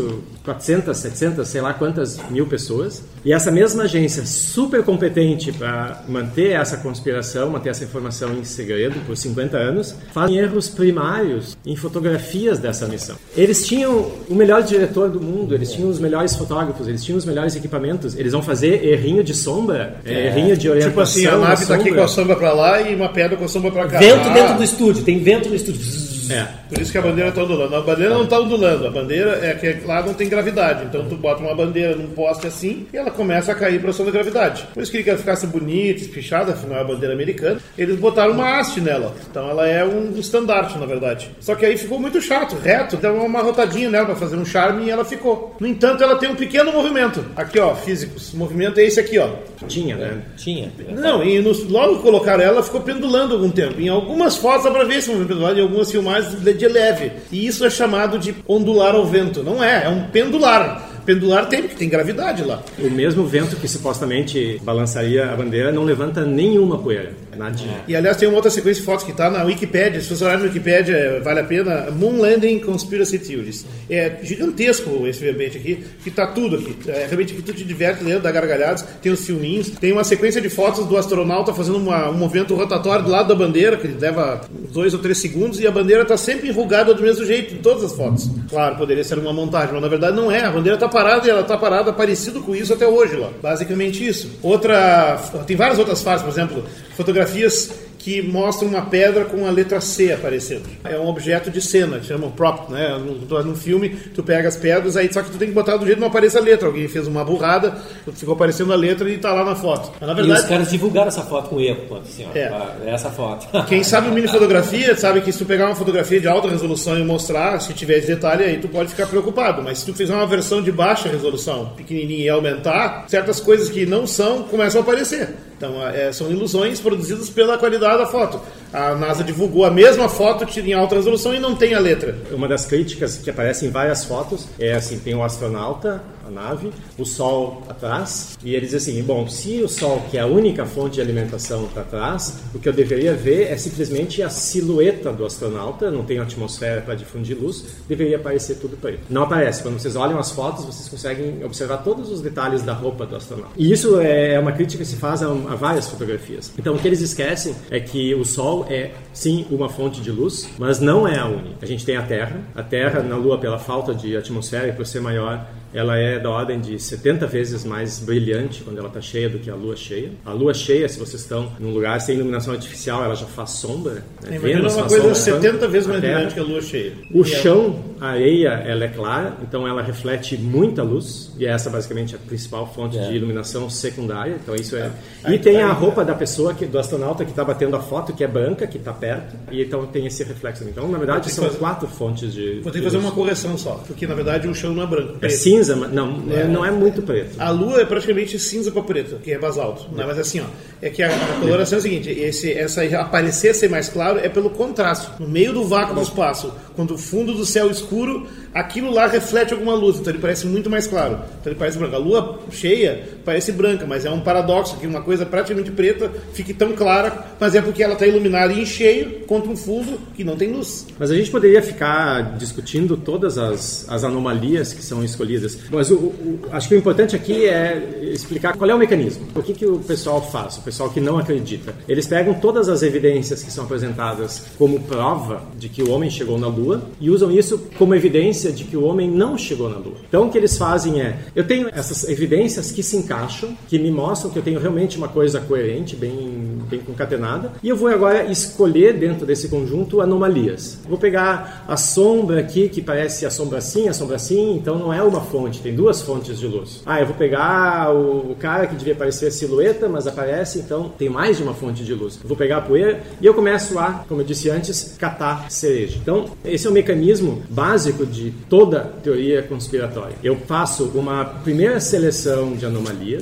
quatrocentas, setecentas, sei lá quantas mil pessoas. E essa mesma agência, super competente para manter essa conspiração, manter essa informação em segredo por cinquenta anos, fazem erros primários em fotografias dessa missão. Eles tinham o melhor diretor do mundo, eles tinham os melhores fotógrafos, eles tinham os melhores equipamentos, eles vão fazer errinho de sombra, é. errinho de orientação. Tipo assim, a nave está aqui com a sombra para lá e uma pedra com a sombra para cá. Vento ah. dentro do estúdio, tem vento no estúdio. É. Por isso que a bandeira está ondulando. A bandeira não está ondulando, a bandeira é que lá não tem gravidade. Então tu bota uma bandeira num poste assim e ela começa a cair para ação da gravidade. Por isso que ele quer ficar bonita, espichada, afinal é a bandeira americana. Eles botaram uma haste nela. Então ela é um estandarte, na verdade. Só que aí ficou muito chato, reto. Então uma rotadinha nela para fazer um charme e ela ficou. No entanto, ela tem um pequeno movimento. Aqui, ó, físicos. O movimento é esse aqui, ó. Tinha, né? Tinha. Não, e no, logo que colocaram ela, ela ficou pendulando algum tempo. Em algumas fotos dá pra ver esse movimento pendulado, em algumas filmagens de leve. E isso é chamado de ondular ao vento. Não é, é um pendular. Pendular tem, porque tem gravidade lá. O mesmo vento que supostamente balançaria a bandeira não levanta nenhuma poeira. Nadinha. E aliás tem uma outra sequência de fotos que está na Wikipedia. Se você olhar na Wikipedia, vale a pena. Moon Landing Conspiracy Theories. É gigantesco esse ambiente aqui, que está tudo aqui. É, realmente que tu te diverte lendo, dá gargalhadas. Tem os filminhos. Tem uma sequência de fotos do astronauta fazendo uma, um movimento rotatório do lado da bandeira, que leva dois ou três segundos, e a bandeira está sempre enrugada do mesmo jeito em todas as fotos. Claro, poderia ser uma montagem, mas na verdade não é. A bandeira está parada e ela está parada parecido com isso até hoje lá. Basicamente isso. Outra... Tem várias outras fases, por exemplo, fotografias que mostram uma pedra com a letra C aparecendo. É um objeto de cena, chamam prop, né? No, no filme, tu pega as pedras, aí só que tu tem que botar do jeito que não apareça a letra. Alguém fez uma burrada, ficou aparecendo a letra e tá lá na foto. Mas, na verdade, e os caras divulgaram essa foto com erro, assim, ó, é. essa foto. Quem sabe mini fotografia, sabe que se tu pegar uma fotografia de alta resolução e mostrar, se tiver esse detalhe aí, tu pode ficar preocupado. Mas se tu fizer uma versão de baixa resolução, pequenininha, e aumentar, certas coisas que não são, começam a aparecer. Então, é, são ilusões produzidas pela qualidade da foto. A NASA divulgou a mesma foto em alta resolução e não tem a letra. Uma das críticas que aparece em várias fotos é assim, tem o astronauta, a nave, o Sol atrás, e ele diz assim, bom, se o Sol, que é a única fonte de alimentação, está atrás, o que eu deveria ver é simplesmente a silhueta do astronauta, não tem atmosfera para difundir luz, deveria aparecer tudo preto. Não aparece. Quando vocês olham as fotos, vocês conseguem observar todos os detalhes da roupa do astronauta. E isso é uma crítica que se faz a, a várias fotografias. Então, o que eles esquecem é que o Sol é, sim, uma fonte de luz, mas não é a única. A gente tem a Terra. A Terra, na Lua, pela falta de atmosfera e por ser maior, ela é da ordem de setenta vezes mais brilhante quando ela está cheia do que a Lua cheia. A Lua cheia, se vocês estão num lugar sem iluminação artificial, ela já faz sombra. Né? Vênus é uma coisa sombra, setenta vezes mais brilhante que a Lua cheia. O chão, a areia, ela é clara, então ela reflete muita luz, e essa basicamente é a principal fonte é. de iluminação secundária. Então isso é. E tem a roupa da pessoa, que, do astronauta que está batendo a foto, que é branca, que está perto, e então tem esse reflexo. Então, na verdade, são fazer... quatro fontes de. Vou ter que fazer uma correção só, porque na verdade o chão não é branco. É cinza. Não, é. não é muito preto. A Lua é praticamente cinza para preto, que é basalto. Não, mas assim, ó, é que a, a coloração é o seguinte, esse, essa aparecer ser mais claro é pelo contraste. No meio do vácuo do espaço, quando o fundo do céu é escuro, aquilo lá reflete alguma luz, então ele parece muito mais claro. Então ele parece branco. A Lua cheia parece branca, mas é um paradoxo que uma coisa praticamente preta fique tão clara, mas é porque ela está iluminada em cheio contra um fundo que não tem luz. Mas a gente poderia ficar discutindo todas as, as anomalias que são escolhidas. Mas o, o, acho que o importante aqui é explicar qual é o mecanismo. O que, que o pessoal faz, o pessoal que não acredita. Eles pegam todas as evidências que são apresentadas como prova de que o homem chegou na Lua e usam isso como evidência de que o homem não chegou na Lua. Então o que eles fazem é, eu tenho essas evidências que se encaixam, que me mostram que eu tenho realmente uma coisa coerente, bem, bem concatenada, e eu vou agora escolher dentro desse conjunto anomalias. Vou pegar a sombra aqui, que parece a sombra assim, a sombra assim, então não é uma fonte, tem duas fontes de luz. Ah, eu vou pegar o, o cara que devia parecer silhueta, mas aparece, então tem mais de uma fonte de luz. Eu vou pegar a poeira e eu começo a, como eu disse antes, catar cereja. Então, esse é o mecanismo básico de toda teoria conspiratória. Eu faço uma primeira seleção de anomalias,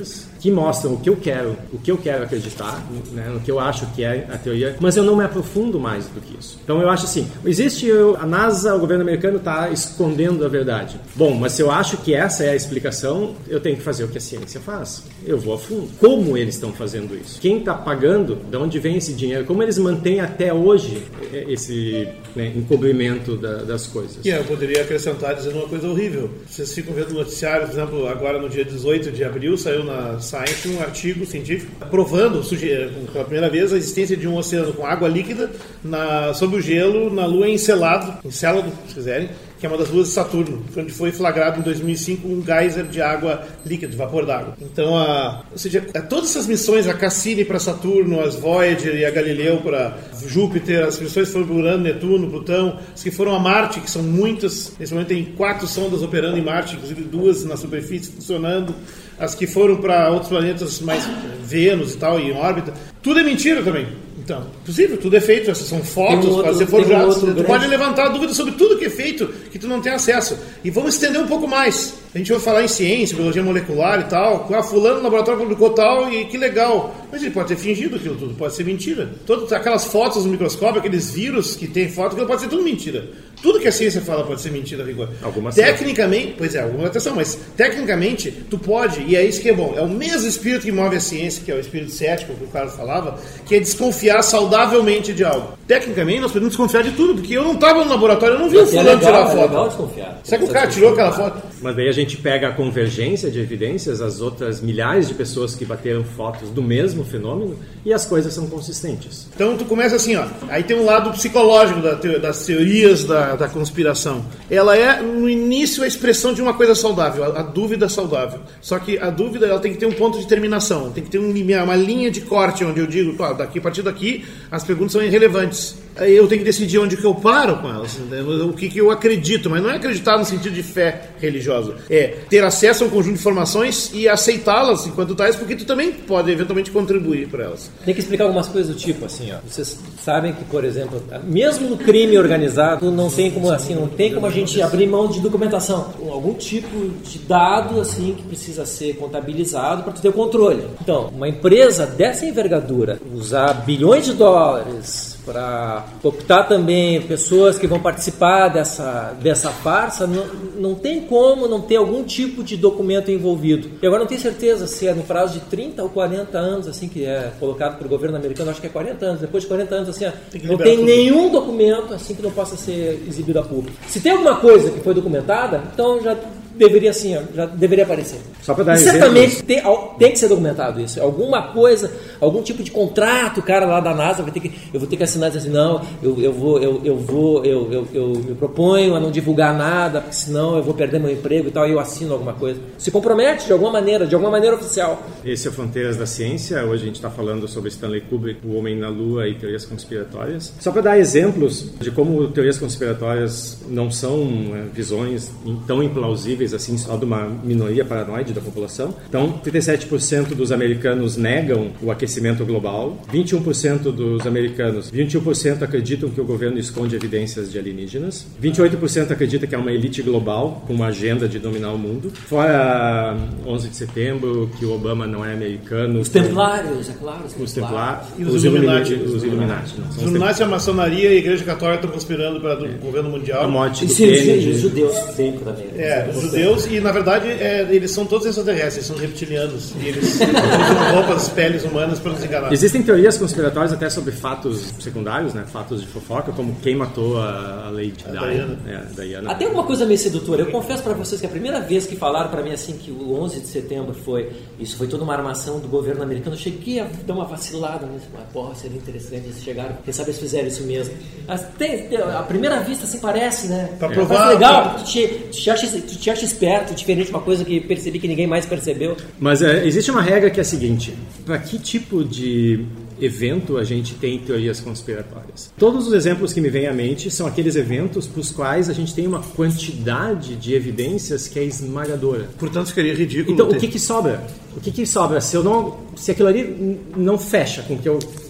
que mostram o que eu quero, o que eu quero acreditar, né, no que eu acho que é a teoria, mas eu não me aprofundo mais do que isso. Então eu acho assim, existe a NASA, o governo americano está escondendo a verdade. Bom, mas se eu acho que essa é a explicação, eu tenho que fazer o que a ciência faz. Eu vou a fundo. Como eles estão fazendo isso? Quem está pagando? De onde vem esse dinheiro? Como eles mantêm até hoje esse, né, encobrimento da, das coisas? E eu poderia acrescentar dizendo uma coisa horrível. Vocês ficam vendo noticiário, por exemplo, agora no dia dezoito de abril saiu na Science um artigo científico provando pela primeira vez a existência de um oceano com água líquida na, sob o gelo na Lua Encelado, Encélado, se quiserem, que é uma das luas de Saturno, onde foi flagrado em dois mil e cinco um geyser de água líquida, de vapor d'água. Então, a, ou seja, a, todas essas missões, a Cassini para Saturno, as Voyager e a Galileu para Júpiter, as missões que foram para Urano, Netuno, Plutão, as que foram a Marte, que são muitas, nesse momento tem quatro sondas operando em Marte, inclusive duas na superfície funcionando, as que foram para outros planetas mais Vênus e tal, e em órbita, tudo é mentira também. Então, possível, tudo é feito, essas são fotos, um outro, podem ser forjadas. Um tu pode levantar dúvidas sobre tudo que é feito, que tu não tem acesso. E vamos estender um pouco mais. A gente vai falar em ciência, biologia molecular e tal. Ah, fulano no laboratório publicou tal e que legal. Mas ele pode ter fingido aquilo tudo, pode ser mentira. Todas aquelas fotos no microscópio, aqueles vírus que tem foto, aquilo pode ser tudo mentira. Tudo que a ciência fala pode ser mentira, rigor. Alguma Tecnicamente, sim. Pois é, alguma atenção, mas tecnicamente, tu pode, e é isso que é bom, é o mesmo espírito que move a ciência, que é o espírito cético que o Carlos falava, que é desconfiar saudavelmente de algo. Tecnicamente, nós podemos desconfiar de tudo, porque eu não estava no laboratório, eu não vi o fulano tirar a foto. É legal desconfiar. Será que o cara tirou aquela foto? Mas daí a gente pega a convergência de evidências, as outras milhares de pessoas que bateram fotos do mesmo fenômeno, e as coisas são consistentes. Então tu começa assim, ó, aí tem um lado psicológico da te- das teorias da, da conspiração. Ela é, no início, a expressão de uma coisa saudável, a, a dúvida saudável. Só que a dúvida ela tem que ter um ponto de terminação, tem que ter um, uma linha de corte, onde eu digo, claro, daqui, a partir daqui, as perguntas são irrelevantes. Aí eu tenho que decidir onde que eu paro com elas, entendeu? O que, que eu acredito, mas não é acreditar no sentido de fé religiosa, é ter acesso a um conjunto de informações e aceitá-las enquanto tais, porque tu também pode eventualmente contribuir para elas. Tem que explicar algumas coisas do tipo assim, ó. Vocês sabem que, por exemplo, mesmo no crime organizado, não tem como assim, não tem como a gente abrir mão de documentação, algum tipo de dado assim que precisa ser contabilizado para tu ter o controle. Então, uma empresa dessa envergadura usar bilhões de dólares para optar também pessoas que vão participar dessa, dessa farsa, não, não tem como não ter algum tipo de documento envolvido. E agora não tenho certeza se é no prazo de trinta ou quarenta anos, assim, que é colocado pelo governo americano, acho que é quarenta anos, depois de quarenta anos, assim, tem não tem tudo. Nenhum documento assim que não possa ser exibido a público. Se tem alguma coisa que foi documentada, então já deveria assim, já deveria aparecer. Só para dar exemplo. Certamente tem, tem que ser documentado isso. Alguma coisa, algum tipo de contrato, o cara lá da NASA vai ter que, eu vou ter que assinar e dizer assim, não, eu, eu vou, eu, eu vou, eu, eu, eu me proponho a não divulgar nada, porque senão eu vou perder meu emprego e tal, e eu assino alguma coisa. Se compromete de alguma maneira, de alguma maneira oficial. Esse é o Fronteiras da Ciência. Hoje a gente está falando sobre Stanley Kubrick, O Homem na Lua e teorias conspiratórias. Só para dar exemplos de como teorias conspiratórias não são é, visões tão implausíveis assim, só de uma minoria paranoide da população. Então, trinta e sete por cento dos americanos negam o aquecimento global, vinte e um por cento dos americanos, vinte e um por cento acreditam que o governo esconde evidências de alienígenas, vinte e oito por cento acredita que é uma elite global com uma agenda de dominar o mundo, fora onze de setembro, que o Obama não é americano. Os templários, é claro. Os, os templários. E os, os Illuminati. Os Illuminati. Os Illuminati, a maçonaria e a Igreja Católica estão conspirando para o é. governo mundial. A morte e do Kennedy. Os judeus sempre também. É, os judeus, e na verdade é, eles são todos extraterrestres, eles são reptilianos e eles usam roupas, peles humanas para nos enganar. Existem teorias conspiratórias até sobre fatos secundários, né? Fatos de fofoca, como quem matou a, a Lady Diana. É, Diana. Até uma coisa meio sedutora. Eu confesso para vocês que a primeira vez que falaram para mim assim que o onze de setembro foi, isso foi toda uma armação do governo americano, eu cheguei a dar uma vacilada nisso. Mas, porra, seria interessante eles chegaram, quem sabe eles fizeram isso mesmo. Mas tem, tem, a primeira vista assim parece, né? Para provar. Mas legal, pra... tu, te, tu, te acha, tu te acha esperto, diferente de uma coisa que percebi que ninguém mais percebeu. Mas é, existe uma regra que é a seguinte: para que tipo de evento a gente tem teorias conspiratórias? Todos os exemplos que me vêm à mente são aqueles eventos para os quais a gente tem uma quantidade de evidências que é esmagadora. Portanto, seria ridículo. Então, ter... o que que sobra? O que que sobra? Se eu não, se aquilo ali não fecha com o que eu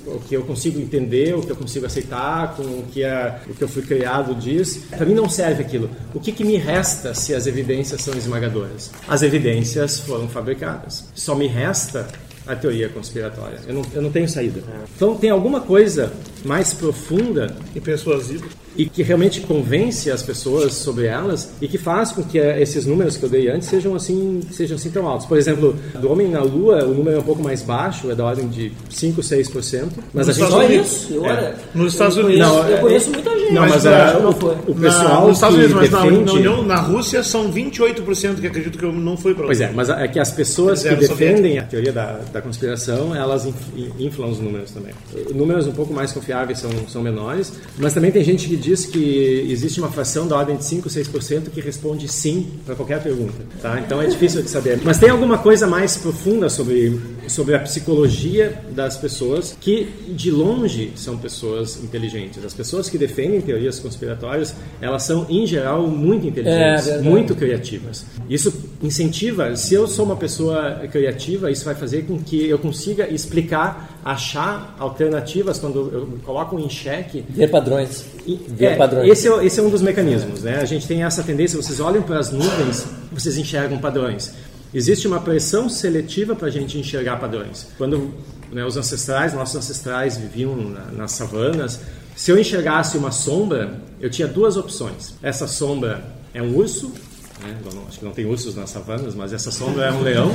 o que eu consigo entender, o que eu consigo aceitar, com o que, a, o que eu fui criado diz. Para mim não serve aquilo. O que, que me resta se as evidências são esmagadoras? As evidências foram fabricadas. Só me resta a teoria conspiratória. Eu não, eu não tenho saída. Então tem alguma coisa mais profunda e persuasiva e que realmente convence as pessoas sobre elas e que faz com que esses números que eu dei antes sejam assim, sejam assim tão altos. Por exemplo, do Homem na Lua, o número é um pouco mais baixo, é da ordem de cinco, seis por cento. Mas nos a gente só não... isso? Eu, é. Nos Estados Unidos. Não, eu conheço muita gente. Não, mas, mas a, não, o, foi. o pessoal na, nos Estados Unidos, mas defende... na, na, União, na Rússia são vinte e oito por cento que acredito que não foi para lá. Pois é, mas é que as pessoas que defendem soviético. a teoria da, da conspiração, elas inflam os números também. Números um pouco mais confiáveis são, são menores, mas também tem gente que diz que existe uma fração da ordem de cinco, seis por cento que responde sim para qualquer pergunta, tá? Então é difícil de saber. Mas tem alguma coisa mais profunda sobre, sobre a psicologia das pessoas que, de longe, são pessoas inteligentes. As pessoas que defendem teorias conspiratórias, elas são, em geral, muito inteligentes, é, muito criativas. Isso incentiva, se eu sou uma pessoa criativa, isso vai fazer com que eu consiga explicar, achar alternativas quando eu coloco em xeque... Ver padrões. E, Ver é, padrões. Esse é, esse é um dos mecanismos, né? A gente tem essa tendência, vocês olham para as nuvens, vocês enxergam padrões. Existe uma pressão seletiva para a gente enxergar padrões. Quando, né, os ancestrais, nossos ancestrais viviam na, nas savanas, se eu enxergasse uma sombra, eu tinha duas opções. Essa sombra é um urso, né? Não, acho que não tem ursos nas savanas, mas essa sombra é um leão,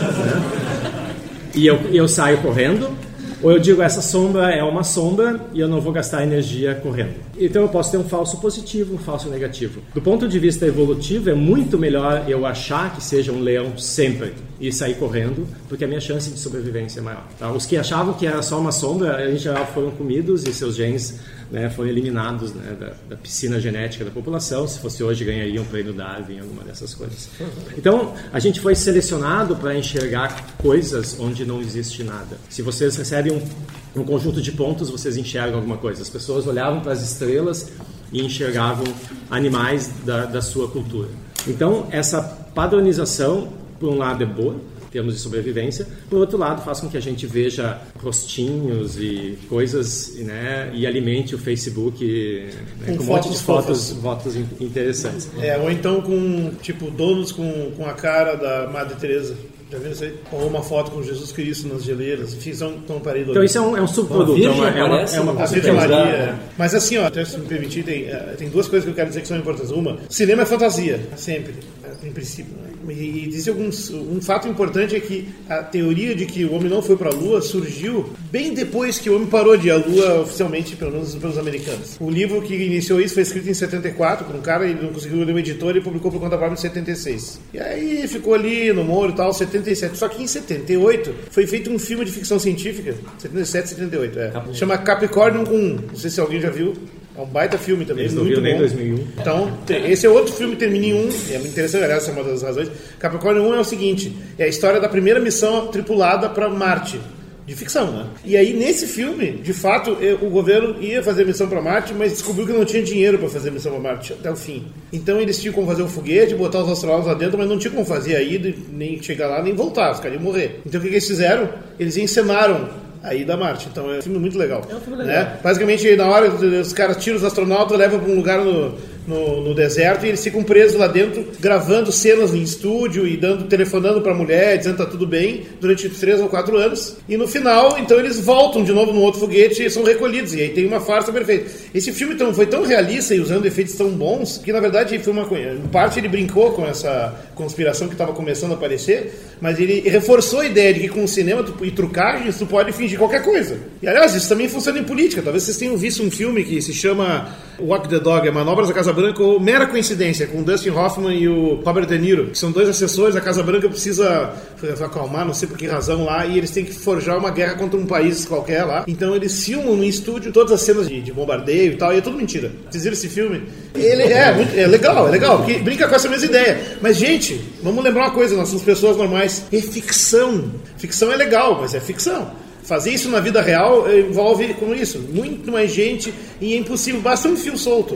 né? E eu, eu saio correndo. Ou eu digo, essa sombra é uma sombra e eu não vou gastar energia correndo. Então eu posso ter um falso positivo, um falso negativo. Do ponto de vista evolutivo, é muito melhor eu achar que seja um leão sempre e sair correndo, porque a minha chance de sobrevivência é maior. Tá? Os que achavam que era só uma sombra, em geral foram comidos e seus genes, né, foram eliminados, né, da, da piscina genética da população. Se fosse hoje, ganhariam o prêmio Darwin, alguma dessas coisas. Então, a gente foi selecionado para enxergar coisas onde não existe nada. Se vocês recebem um, um conjunto de pontos, vocês enxergam alguma coisa. As pessoas olhavam para as estrelas e enxergavam animais da, da sua cultura. Então, essa padronização, por um lado, é boa, em termos de sobrevivência, por outro lado, faz com que a gente veja rostinhos e coisas, né, e alimente o Facebook, né, com, com um monte de fotos, fotos interessantes. É, ou então com, tipo, donos com, com a cara da Madre Teresa. Já viram isso aí? Ou uma foto com Jesus Cristo nas geleiras. Enfim, são um parede. Então isso é um, é um subproduto. É uma, é uma, é uma a Virgem Maria. Mas assim, ó, até se me permitir, tem, tem duas coisas que eu quero dizer que são importantes. Uma, cinema é fantasia, sempre, em princípio. Né? E, e diz alguns, um fato importante é que a teoria de que o homem não foi para a Lua surgiu bem depois que o homem parou de ir à Lua oficialmente, pelo menos pelos americanos. O livro que iniciou isso foi escrito em setenta e quatro por um cara, ele não conseguiu ler uma editora e publicou por conta própria em setenta e seis. E aí ficou ali no Moro e tal, setenta e sete. Só que em setenta e oito foi feito um filme de ficção científica, setenta e sete, setenta e oito, é. Cap... Chama Capricórnio um. Não sei se alguém já viu. É um baita filme também, eles muito não viram bom. Nem dois mil e um. Então, esse é outro filme, termina em um. É muito interessante, aliás, essa é uma das razões. Capricórnio um é o seguinte, é a história da primeira missão tripulada para Marte. De ficção, né? E aí, nesse filme, de fato, o governo ia fazer missão para Marte, mas descobriu que não tinha dinheiro para fazer missão para Marte até o fim. Então, eles tinham como fazer um foguete, botar os astronautas lá dentro, mas não tinham como fazer a ida, nem chegar lá, nem voltar. Os caras iam morrer. Então, o que, que eles fizeram? Eles encenaram a ida a Marte. Então, é um filme muito legal. É um filme legal. Né? Basicamente, na hora, os caras tiram os astronautas, levam para um lugar no... No, no deserto, e eles ficam presos lá dentro, gravando cenas em estúdio e dando, telefonando pra mulher, dizendo que tá tudo bem, durante três ou quatro anos. E no final, então, eles voltam de novo num outro foguete e são recolhidos. E aí tem uma farsa perfeita. Esse filme tão, foi tão realista e usando efeitos tão bons, que na verdade foi uma coisa. Em parte ele brincou com essa conspiração que estava começando a aparecer, mas ele reforçou a ideia de que com o cinema tu, e trucagens tu pode fingir qualquer coisa. E aliás, isso também funciona em política. Talvez vocês tenham visto um filme que se chama Walk the Dog, é Manobras da Casa Branca, ou Mera Coincidência, com o Dustin Hoffman e o Robert De Niro, que são dois assessores. A Casa Branca precisa acalmar, não sei por que razão lá, e eles têm que forjar uma guerra contra um país qualquer lá. Então eles filmam no estúdio todas as cenas de, de bombardeio e tal, e é tudo mentira. Vocês viram esse filme? Ele é, muito, é legal, é legal, porque brinca com essa mesma ideia. Mas, gente, vamos lembrar uma coisa, nós somos pessoas normais. É ficção. Ficção é legal, mas é ficção. Fazer isso na vida real envolve, como isso, muito mais gente, e é impossível, basta um fio solto.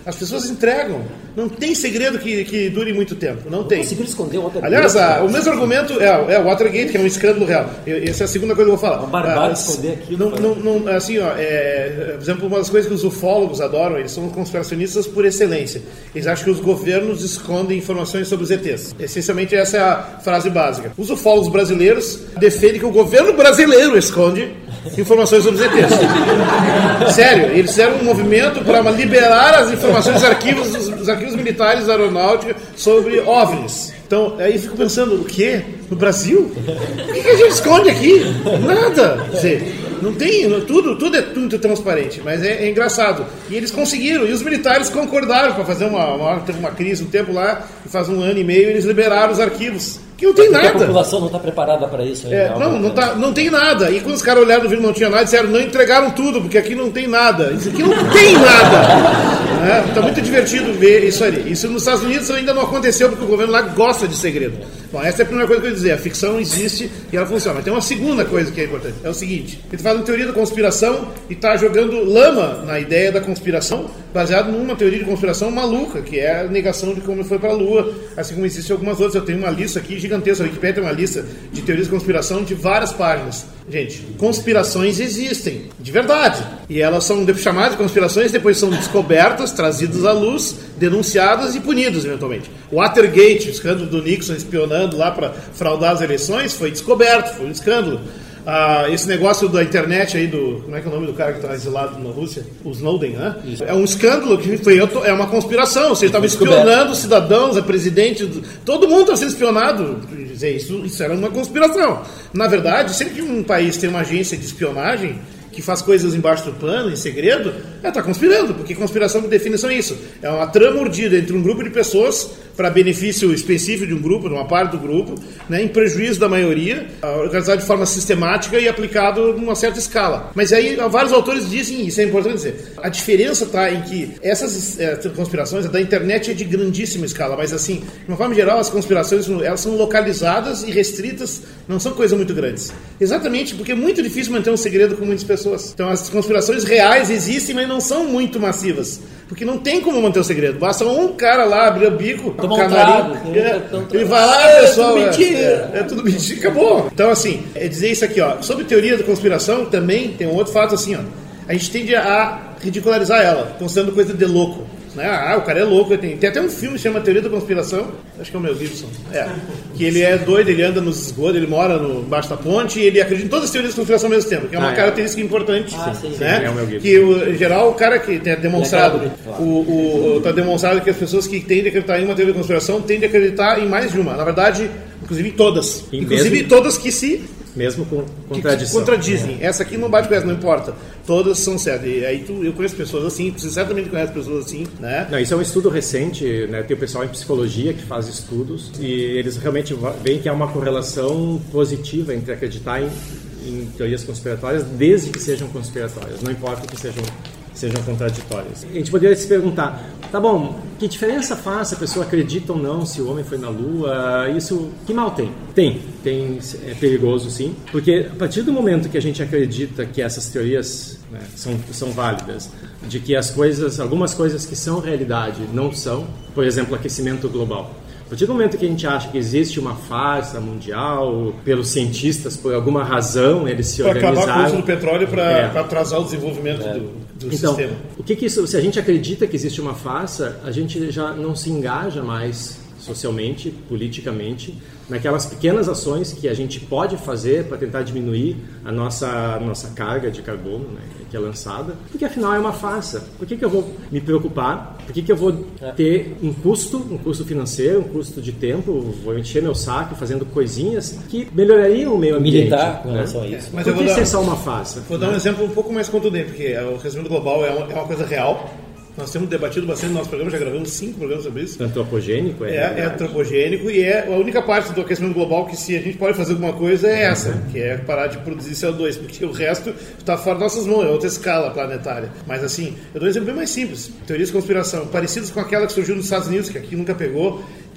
As pessoas entregam. Não tem segredo que, que dure muito tempo. Não, não tem. Conseguiram esconder o Watergate. Aliás, a, o mesmo argumento é, é o Watergate, que é um escândalo real. Essa é a segunda coisa que eu vou falar. Uma barbada esconder aquilo. Não, não, não, assim, ó, é, por exemplo, uma das coisas que os ufólogos adoram, eles são conspiracionistas por excelência. Eles acham que os governos escondem informações sobre os E Tês. Essencialmente, essa é a frase básica. Os ufólogos brasileiros defendem que o governo brasileiro esconde informações sobre os E Tês. Sério, eles fizeram um movimento para liberar as informações dos arquivos, dos, dos arquivos militares da aeronáutica sobre OVNIs. Então, aí eu fico pensando, o quê? No Brasil? O que, que a gente esconde aqui? Nada. Quer dizer, não tem, tudo, tudo é muito transparente, mas é, é engraçado. E eles conseguiram, e os militares concordaram para fazer uma, uma, teve uma crise um tempo lá, e faz um ano e meio eles liberaram os arquivos. Que não tem é nada. A população não está preparada para isso ainda. É, não, não, tá, não tem nada. E quando os caras olharam no vídeo não tinha nada, disseram, não entregaram tudo, porque aqui não tem nada. Isso aqui não tem nada. Está muito divertido ver isso ali. Isso nos Estados Unidos ainda não aconteceu, porque o governo lá gosta de segredo. Bom, essa é a primeira coisa que eu ia dizer. A ficção existe e ela funciona. Mas tem uma segunda coisa que é importante. É o seguinte. Ele faz uma teoria da conspiração e está jogando lama na ideia da conspiração, baseado numa teoria de conspiração maluca, que é a negação de como foi para a Lua, assim como existem algumas outras. Eu tenho uma lista aqui gigantesca. A Wikipedia tem uma lista de teorias de conspiração de várias páginas. Gente, conspirações existem, de verdade. E elas são chamadas de conspirações, depois são descobertas, trazidas à luz, denunciadas e punidas, eventualmente. O Watergate, o escândalo do Nixon espionando lá para fraudar as eleições, foi descoberto, foi um escândalo. Ah, esse negócio da internet aí do... Como é que é o nome do cara que está exilado na Rússia? O Snowden, né? Isso. É um escândalo que foi... É uma conspiração. Você estava espionando cidadãos, a presidente... Do, todo mundo estava sendo espionado. Isso, isso era uma conspiração. Na verdade, sempre que um país tem uma agência de espionagem que faz coisas embaixo do pano, em segredo, ela está conspirando, porque conspiração por definição é isso. É uma trama urdida entre um grupo de pessoas para benefício específico de um grupo, de uma parte do grupo, né, em prejuízo da maioria, organizado de forma sistemática e aplicado numa certa escala. Mas aí vários autores dizem, isso é importante dizer, a diferença está em que essas é, conspirações, a da internet é de grandíssima escala, mas assim, de uma forma geral, as conspirações elas são localizadas e restritas, não são coisas muito grandes. Exatamente porque é muito difícil manter um segredo com muitas pessoas. Então as conspirações reais existem, mas não são muito massivas. Porque não tem como manter o segredo. Basta um cara lá abrir o bico, tomar um camarim, um é, ele vai lá, é, pessoal. É tudo mentira. É, é tudo mentira, acabou. Então, assim, é dizer isso aqui, ó. Sobre teoria da conspiração, também tem um outro fato assim, ó. A gente tende a ridicularizar ela, considerando coisa de louco. Né? Ah, o cara é louco. Tem, tem até um filme que chama Teoria da Conspiração, acho que é o Mel Gibson. É. Que ele é doido, ele anda nos esgotos, ele mora no, embaixo da ponte e ele acredita em todas as teorias da conspiração ao mesmo tempo, que é uma ah, característica é. importante. Ah, sim, né? Sim, é o Mel Gibson. Que, o, em geral, o cara que tem demonstrado, o, o, o, tá demonstrado que as pessoas que tendem a acreditar em uma teoria da conspiração tendem a acreditar em mais de uma. Na verdade, inclusive todas. E inclusive mesmo... todas que se... Mesmo com contradição. Contradizem. É. Essa aqui não bate com essa, não importa. Todas são certas. E aí tu, eu conheço pessoas assim, você certamente conhece pessoas assim, né? Não, isso é um estudo recente, né? Tem o pessoal em psicologia que faz estudos e eles realmente veem que há uma correlação positiva entre acreditar em, em teorias conspiratórias, desde que sejam conspiratórias, não importa que sejam sejam contraditórias. A gente poderia se perguntar, tá bom, que diferença faz se a pessoa acredita ou não se o homem foi na Lua? Isso, que mal tem? Tem, tem, é perigoso sim, porque a partir do momento que a gente acredita que essas teorias, né, são, são válidas, de que as coisas, algumas coisas que são realidade não são, por exemplo, aquecimento global. A partir do momento que a gente acha que existe uma farsa mundial, pelos cientistas, por alguma razão, eles se pra organizaram... Para acabar com o uso do petróleo para é. atrasar o desenvolvimento é. do, do então, sistema. O que que isso, se a gente acredita que existe uma farsa, a gente já não se engaja mais socialmente, politicamente, naquelas pequenas ações que a gente pode fazer para tentar diminuir a nossa, a nossa carga de carbono, né, que é lançada, porque afinal é uma farsa. Por que que eu vou me preocupar? Por que que eu vou ter um custo, um custo financeiro, um custo de tempo, vou encher meu saco fazendo coisinhas que melhorariam o meio ambiente? Militar com relação a isso. Mas Por que isso é só uma farsa? Vou dar um exemplo um pouco mais contundente, porque o aquecimento global é uma, é uma coisa real. Nós temos debatido bastante no nosso programa, já gravamos cinco programas sobre isso. Antropogênico? É, é, é antropogênico e é a única parte do aquecimento global que, se a gente pode fazer alguma coisa, é essa, uhum. que é parar de produzir C O dois, porque o resto está fora das nossas mãos, é outra escala planetária. Mas assim, eu dou um exemplo bem mais simples. Teorias de conspiração, parecidas com aquela que surgiu nos Estados Unidos, que aqui nunca pegou,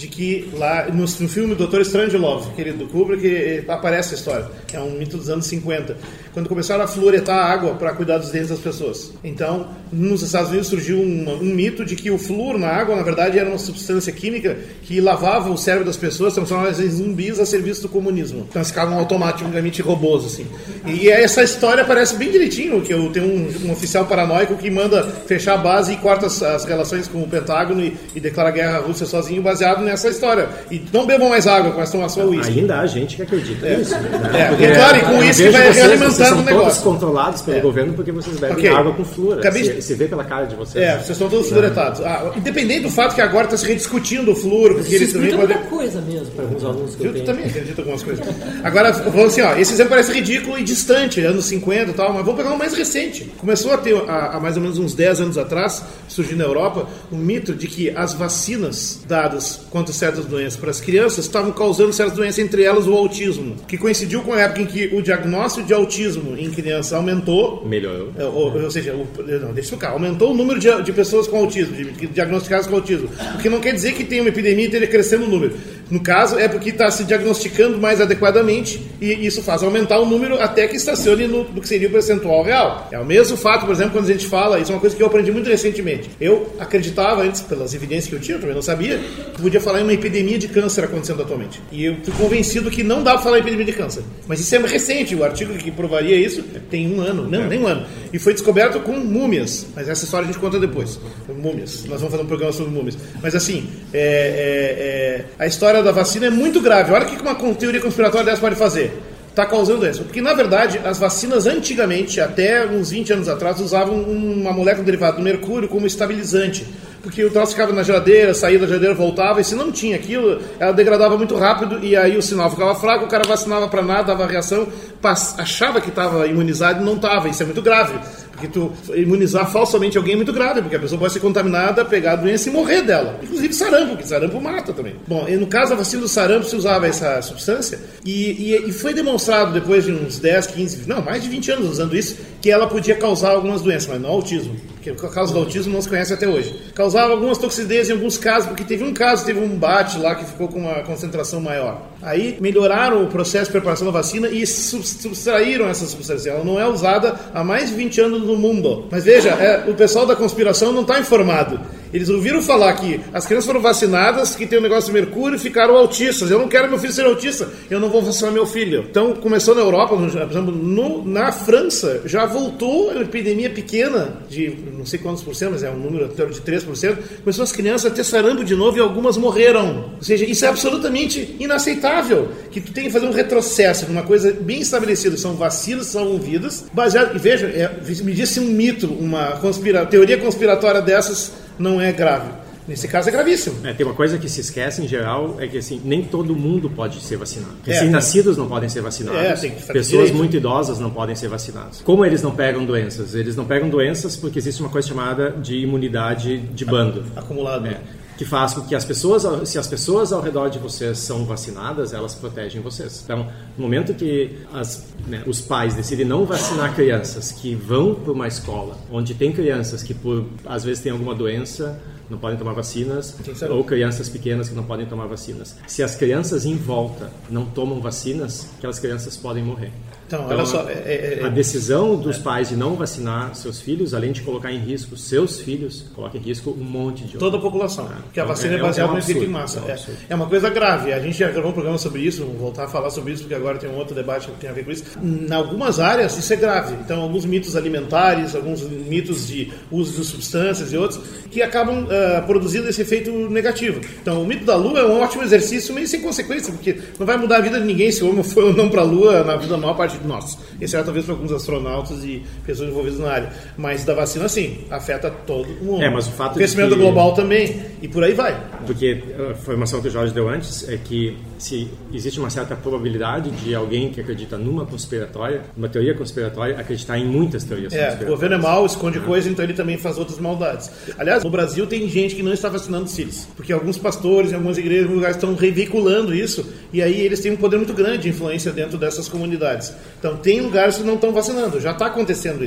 de que lá no, no filme Doutor Strangelove, querido do Kubrick, aparece a história. É um mito dos anos cinquenta. Quando começaram a fluoretar a água para cuidar dos dentes das pessoas. Então, nos Estados Unidos surgiu um, um mito de que o flúor na água, na verdade, era uma substância química que lavava o cérebro das pessoas, transformava elas em zumbis a serviço do comunismo. Então, eles ficavam automaticamente robôs, assim. E essa história parece bem direitinho, que eu tenho um, um oficial paranoico que manda fechar a base e corta as, as relações com o Pentágono e, e declara guerra à Rússia sozinho, baseado nessa história. E não bebam mais água, começam a tomar só uísque. Ainda há gente que acredita é. nisso. Né? É, porque, é claro, e com isso que vai realimentando o negócio. Vocês são todos controlados pelo é. governo porque vocês bebem okay. água com flúor. Acabei... Se, se vê pela cara de vocês. É, vocês estão todos fluoretados. Ah, independente do fato que agora está se rediscutindo o flúor, porque eles também podem... muita coisa mesmo para alguns alunos que eu, eu tenho. também acredito em algumas coisas. Agora, vamos assim, ó, esse exemplo parece ridículo e distante, anos cinquenta e tal, mas vamos pegar um mais recente. Começou a ter, há, há mais ou menos uns dez anos atrás, surgindo na Europa, um mito de que as vacinas dadas contra certas doenças para as crianças estavam causando certas doenças, entre elas o autismo, que coincidiu com a época em que o diagnóstico de autismo em criança aumentou. Melhorou. Ou, ou seja, o, não, deixa eu explicar, aumentou o número de, de pessoas com autismo, de, de diagnosticadas com autismo. O que não quer dizer que tem uma epidemia e esteja crescendo o número. No caso, é porque está se diagnosticando mais adequadamente e isso faz aumentar o número até que estacione no, no que seria o percentual real. É o mesmo fato, por exemplo, quando a gente fala, isso é uma coisa que eu aprendi muito recentemente. Eu acreditava antes, pelas evidências que eu tinha, eu também não sabia, que podia falar em uma epidemia de câncer acontecendo atualmente. E eu fui convencido que não dá para falar em epidemia de câncer. Mas isso é recente, o artigo que provaria isso tem um ano, não, nem um ano. E foi descoberto com múmias, mas essa história a gente conta depois. Múmias, nós vamos fazer um programa sobre múmias. Mas assim, é, é, é, a história da vacina é muito grave. Olha o que uma teoria conspiratória dessa pode fazer. Está causando doença. Porque, na verdade, as vacinas antigamente, até uns vinte anos atrás, usavam uma molécula derivada do mercúrio como estabilizante. Porque o troço ficava na geladeira, saía da geladeira, voltava, e se não tinha aquilo, ela degradava muito rápido, e aí o sinal ficava fraco, o cara vacinava para nada, dava reação, achava que estava imunizado e não estava. Isso é muito grave. Porque tu imunizar falsamente alguém é muito grave, porque a pessoa pode ser contaminada, pegar a doença e morrer dela. Inclusive sarampo, porque sarampo mata também. Bom, no caso da vacina do sarampo se usava essa substância e, e, e foi demonstrado depois de uns dez, quinze, não, mais de vinte anos usando isso, que ela podia causar algumas doenças, mas não autismo. Porque a causa do autismo não se conhece até hoje. Causava algumas toxidez em alguns casos, porque teve um caso, teve um bate lá que ficou com uma concentração maior. Aí melhoraram o processo de preparação da vacina e subtraíram essa substância. Ela não é usada há mais de vinte anos no mundo. Mas veja, é, o pessoal da conspiração não está informado. Eles ouviram falar que as crianças foram vacinadas, que tem um negócio de mercúrio e ficaram autistas. Eu não quero meu filho ser autista, eu não vou vacinar meu filho. Então, começou na Europa, por exemplo, no, na França, já voltou a epidemia pequena, de não sei quantos por cento, mas é um número em torno de três por cento. Começou as crianças a ter sarampo de novo e algumas morreram. Ou seja, isso é absolutamente inaceitável, que tu tem que fazer um retrocesso numa coisa bem estabelecida. São vacinas que salvam vidas, baseado, e veja, é, me disse um mito, uma conspira, teoria conspiratória dessas não é grave. Nesse caso é gravíssimo. É, tem uma coisa que se esquece em geral, é que assim, nem todo mundo pode ser vacinado. Recém-nascidos é, não podem ser vacinados. É, tem que Pessoas direito. muito idosas não podem ser vacinadas. Como eles não pegam doenças? Eles não pegam doenças porque existe uma coisa chamada de imunidade de bando. Acumulado. É, que faz com que as pessoas, se as pessoas ao redor de vocês são vacinadas, elas protegem vocês. Então, no momento que as, né, os pais decidem não vacinar crianças que vão para uma escola, onde tem crianças que por, às vezes têm alguma doença, não podem tomar vacinas, ou crianças pequenas que não podem tomar vacinas. Se as crianças em volta não tomam vacinas, aquelas crianças podem morrer. Então, então olha só, é, é, é, a decisão dos é. pais de não vacinar seus filhos, além de colocar em risco seus filhos, coloca em risco um monte de toda a população, é. porque a vacina é, é baseada é um no efeito em massa. É, um é uma coisa grave. A gente já gravou um programa sobre isso, vou voltar a falar sobre isso, porque agora tem um outro debate que tem a ver com isso. Em algumas áreas isso é grave. Então, alguns mitos alimentares, alguns mitos de uso de substâncias e outros, que acabam uh, produzindo esse efeito negativo. Então, o mito da Lua é um ótimo exercício, meio sem consequência, porque não vai mudar a vida de ninguém se o homem for ou não para a Lua na vida da maior parte de nós. Exceto talvez para alguns astronautos e pessoas envolvidas na área. Mas da vacina, sim, afeta todo mundo. É, mas o fato o crescimento que... global também, e por aí vai. Porque a informação que o Jorge deu antes é que se existe uma certa probabilidade de alguém que acredita numa conspiratória, uma teoria conspiratória, acreditar em muitas teorias é, conspiratórias. O governo é mau, esconde ah. coisa, então ele também faz outras maldades. Aliás, no Brasil tem gente que não está vacinando os filhos, porque alguns pastores em algumas igrejas, em alguns lugares, estão reveiculando isso, e aí eles têm um poder muito grande de influência dentro dessas comunidades. Então, tem lugares que não estão vacinando, já está acontecendo isso.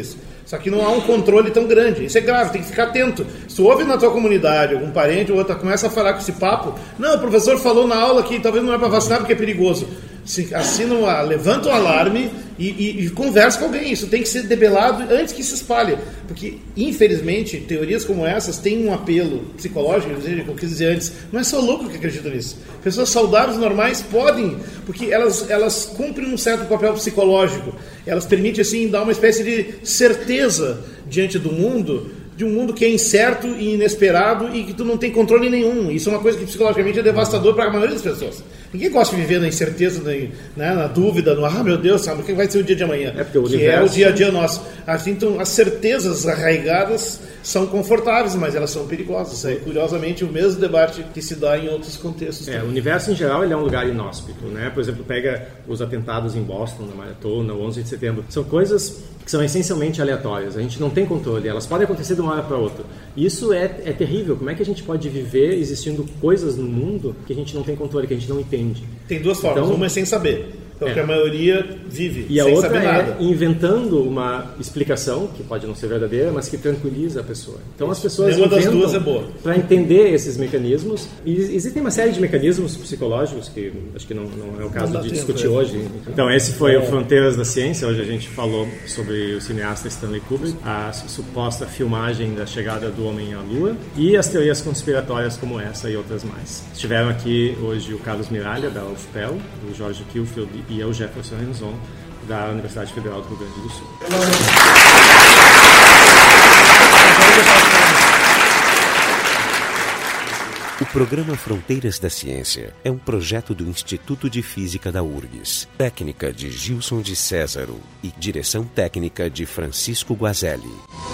Só que não há um controle tão grande. Isso é grave, tem que ficar atento. Se tu ouve na tua comunidade, algum parente ou outro começa a falar com esse papo, não, o professor falou na aula que talvez não é para vacinar porque é perigoso. Assina uma, levanta um alarme e, e, e conversa com alguém. Isso tem que ser debelado antes que se espalhe. Porque, infelizmente, teorias como essas têm um apelo psicológico, como eu quis dizer antes. Não é só louco que acredita nisso. Pessoas saudáveis, normais, podem, porque elas, elas cumprem um certo papel psicológico. Elas permitem, assim, dar uma espécie de certeza diante do mundo, de um mundo que é incerto e inesperado e que tu não tem controle nenhum. Isso é uma coisa que psicologicamente é devastador para a maioria das pessoas. Ninguém gosta de viver na incerteza, na, na dúvida, no ah, meu Deus, sabe o que vai ser o dia de amanhã? É porque o que universo... é o dia a dia nosso. Assim, então, as certezas arraigadas são confortáveis, mas elas são perigosas. É, curiosamente, o mesmo debate que se dá em outros contextos. É, o universo, em geral, ele é um lugar inóspito, né? Por exemplo, pega os atentados em Boston, na Maratona, o onze de setembro. São coisas que são essencialmente aleatórias. A gente não tem controle. Elas podem acontecer de uma hora para outra. E isso é, é terrível. Como é que a gente pode viver existindo coisas no mundo que a gente não tem controle, que a gente não entende? Tem duas formas. Então, uma é sem saber. É o é. que a maioria vive, e a sem outra saber nada. É inventando uma explicação, que pode não ser verdadeira, mas que tranquiliza a pessoa. Então as pessoas Nenhuma das inventam duas é boa. para entender esses mecanismos. E existem uma série de mecanismos psicológicos que acho que não, não é o caso de discutir hoje. Então esse foi é. o Fronteiras da Ciência. Hoje a gente falou sobre o cineasta Stanley Kubrick, a suposta filmagem da chegada do homem à Lua e as teorias conspiratórias como essa e outras mais. Estiveram aqui hoje o Carlos Miralha, da U F P E L, o Jorge Kilfield e eu, Jefferson Renzon, da Universidade Federal do Rio Grande do Sul. O programa Fronteiras da Ciência é um projeto do Instituto de Física da U R G S, técnica de Gilson de Césaro e direção técnica de Francisco Guazelli.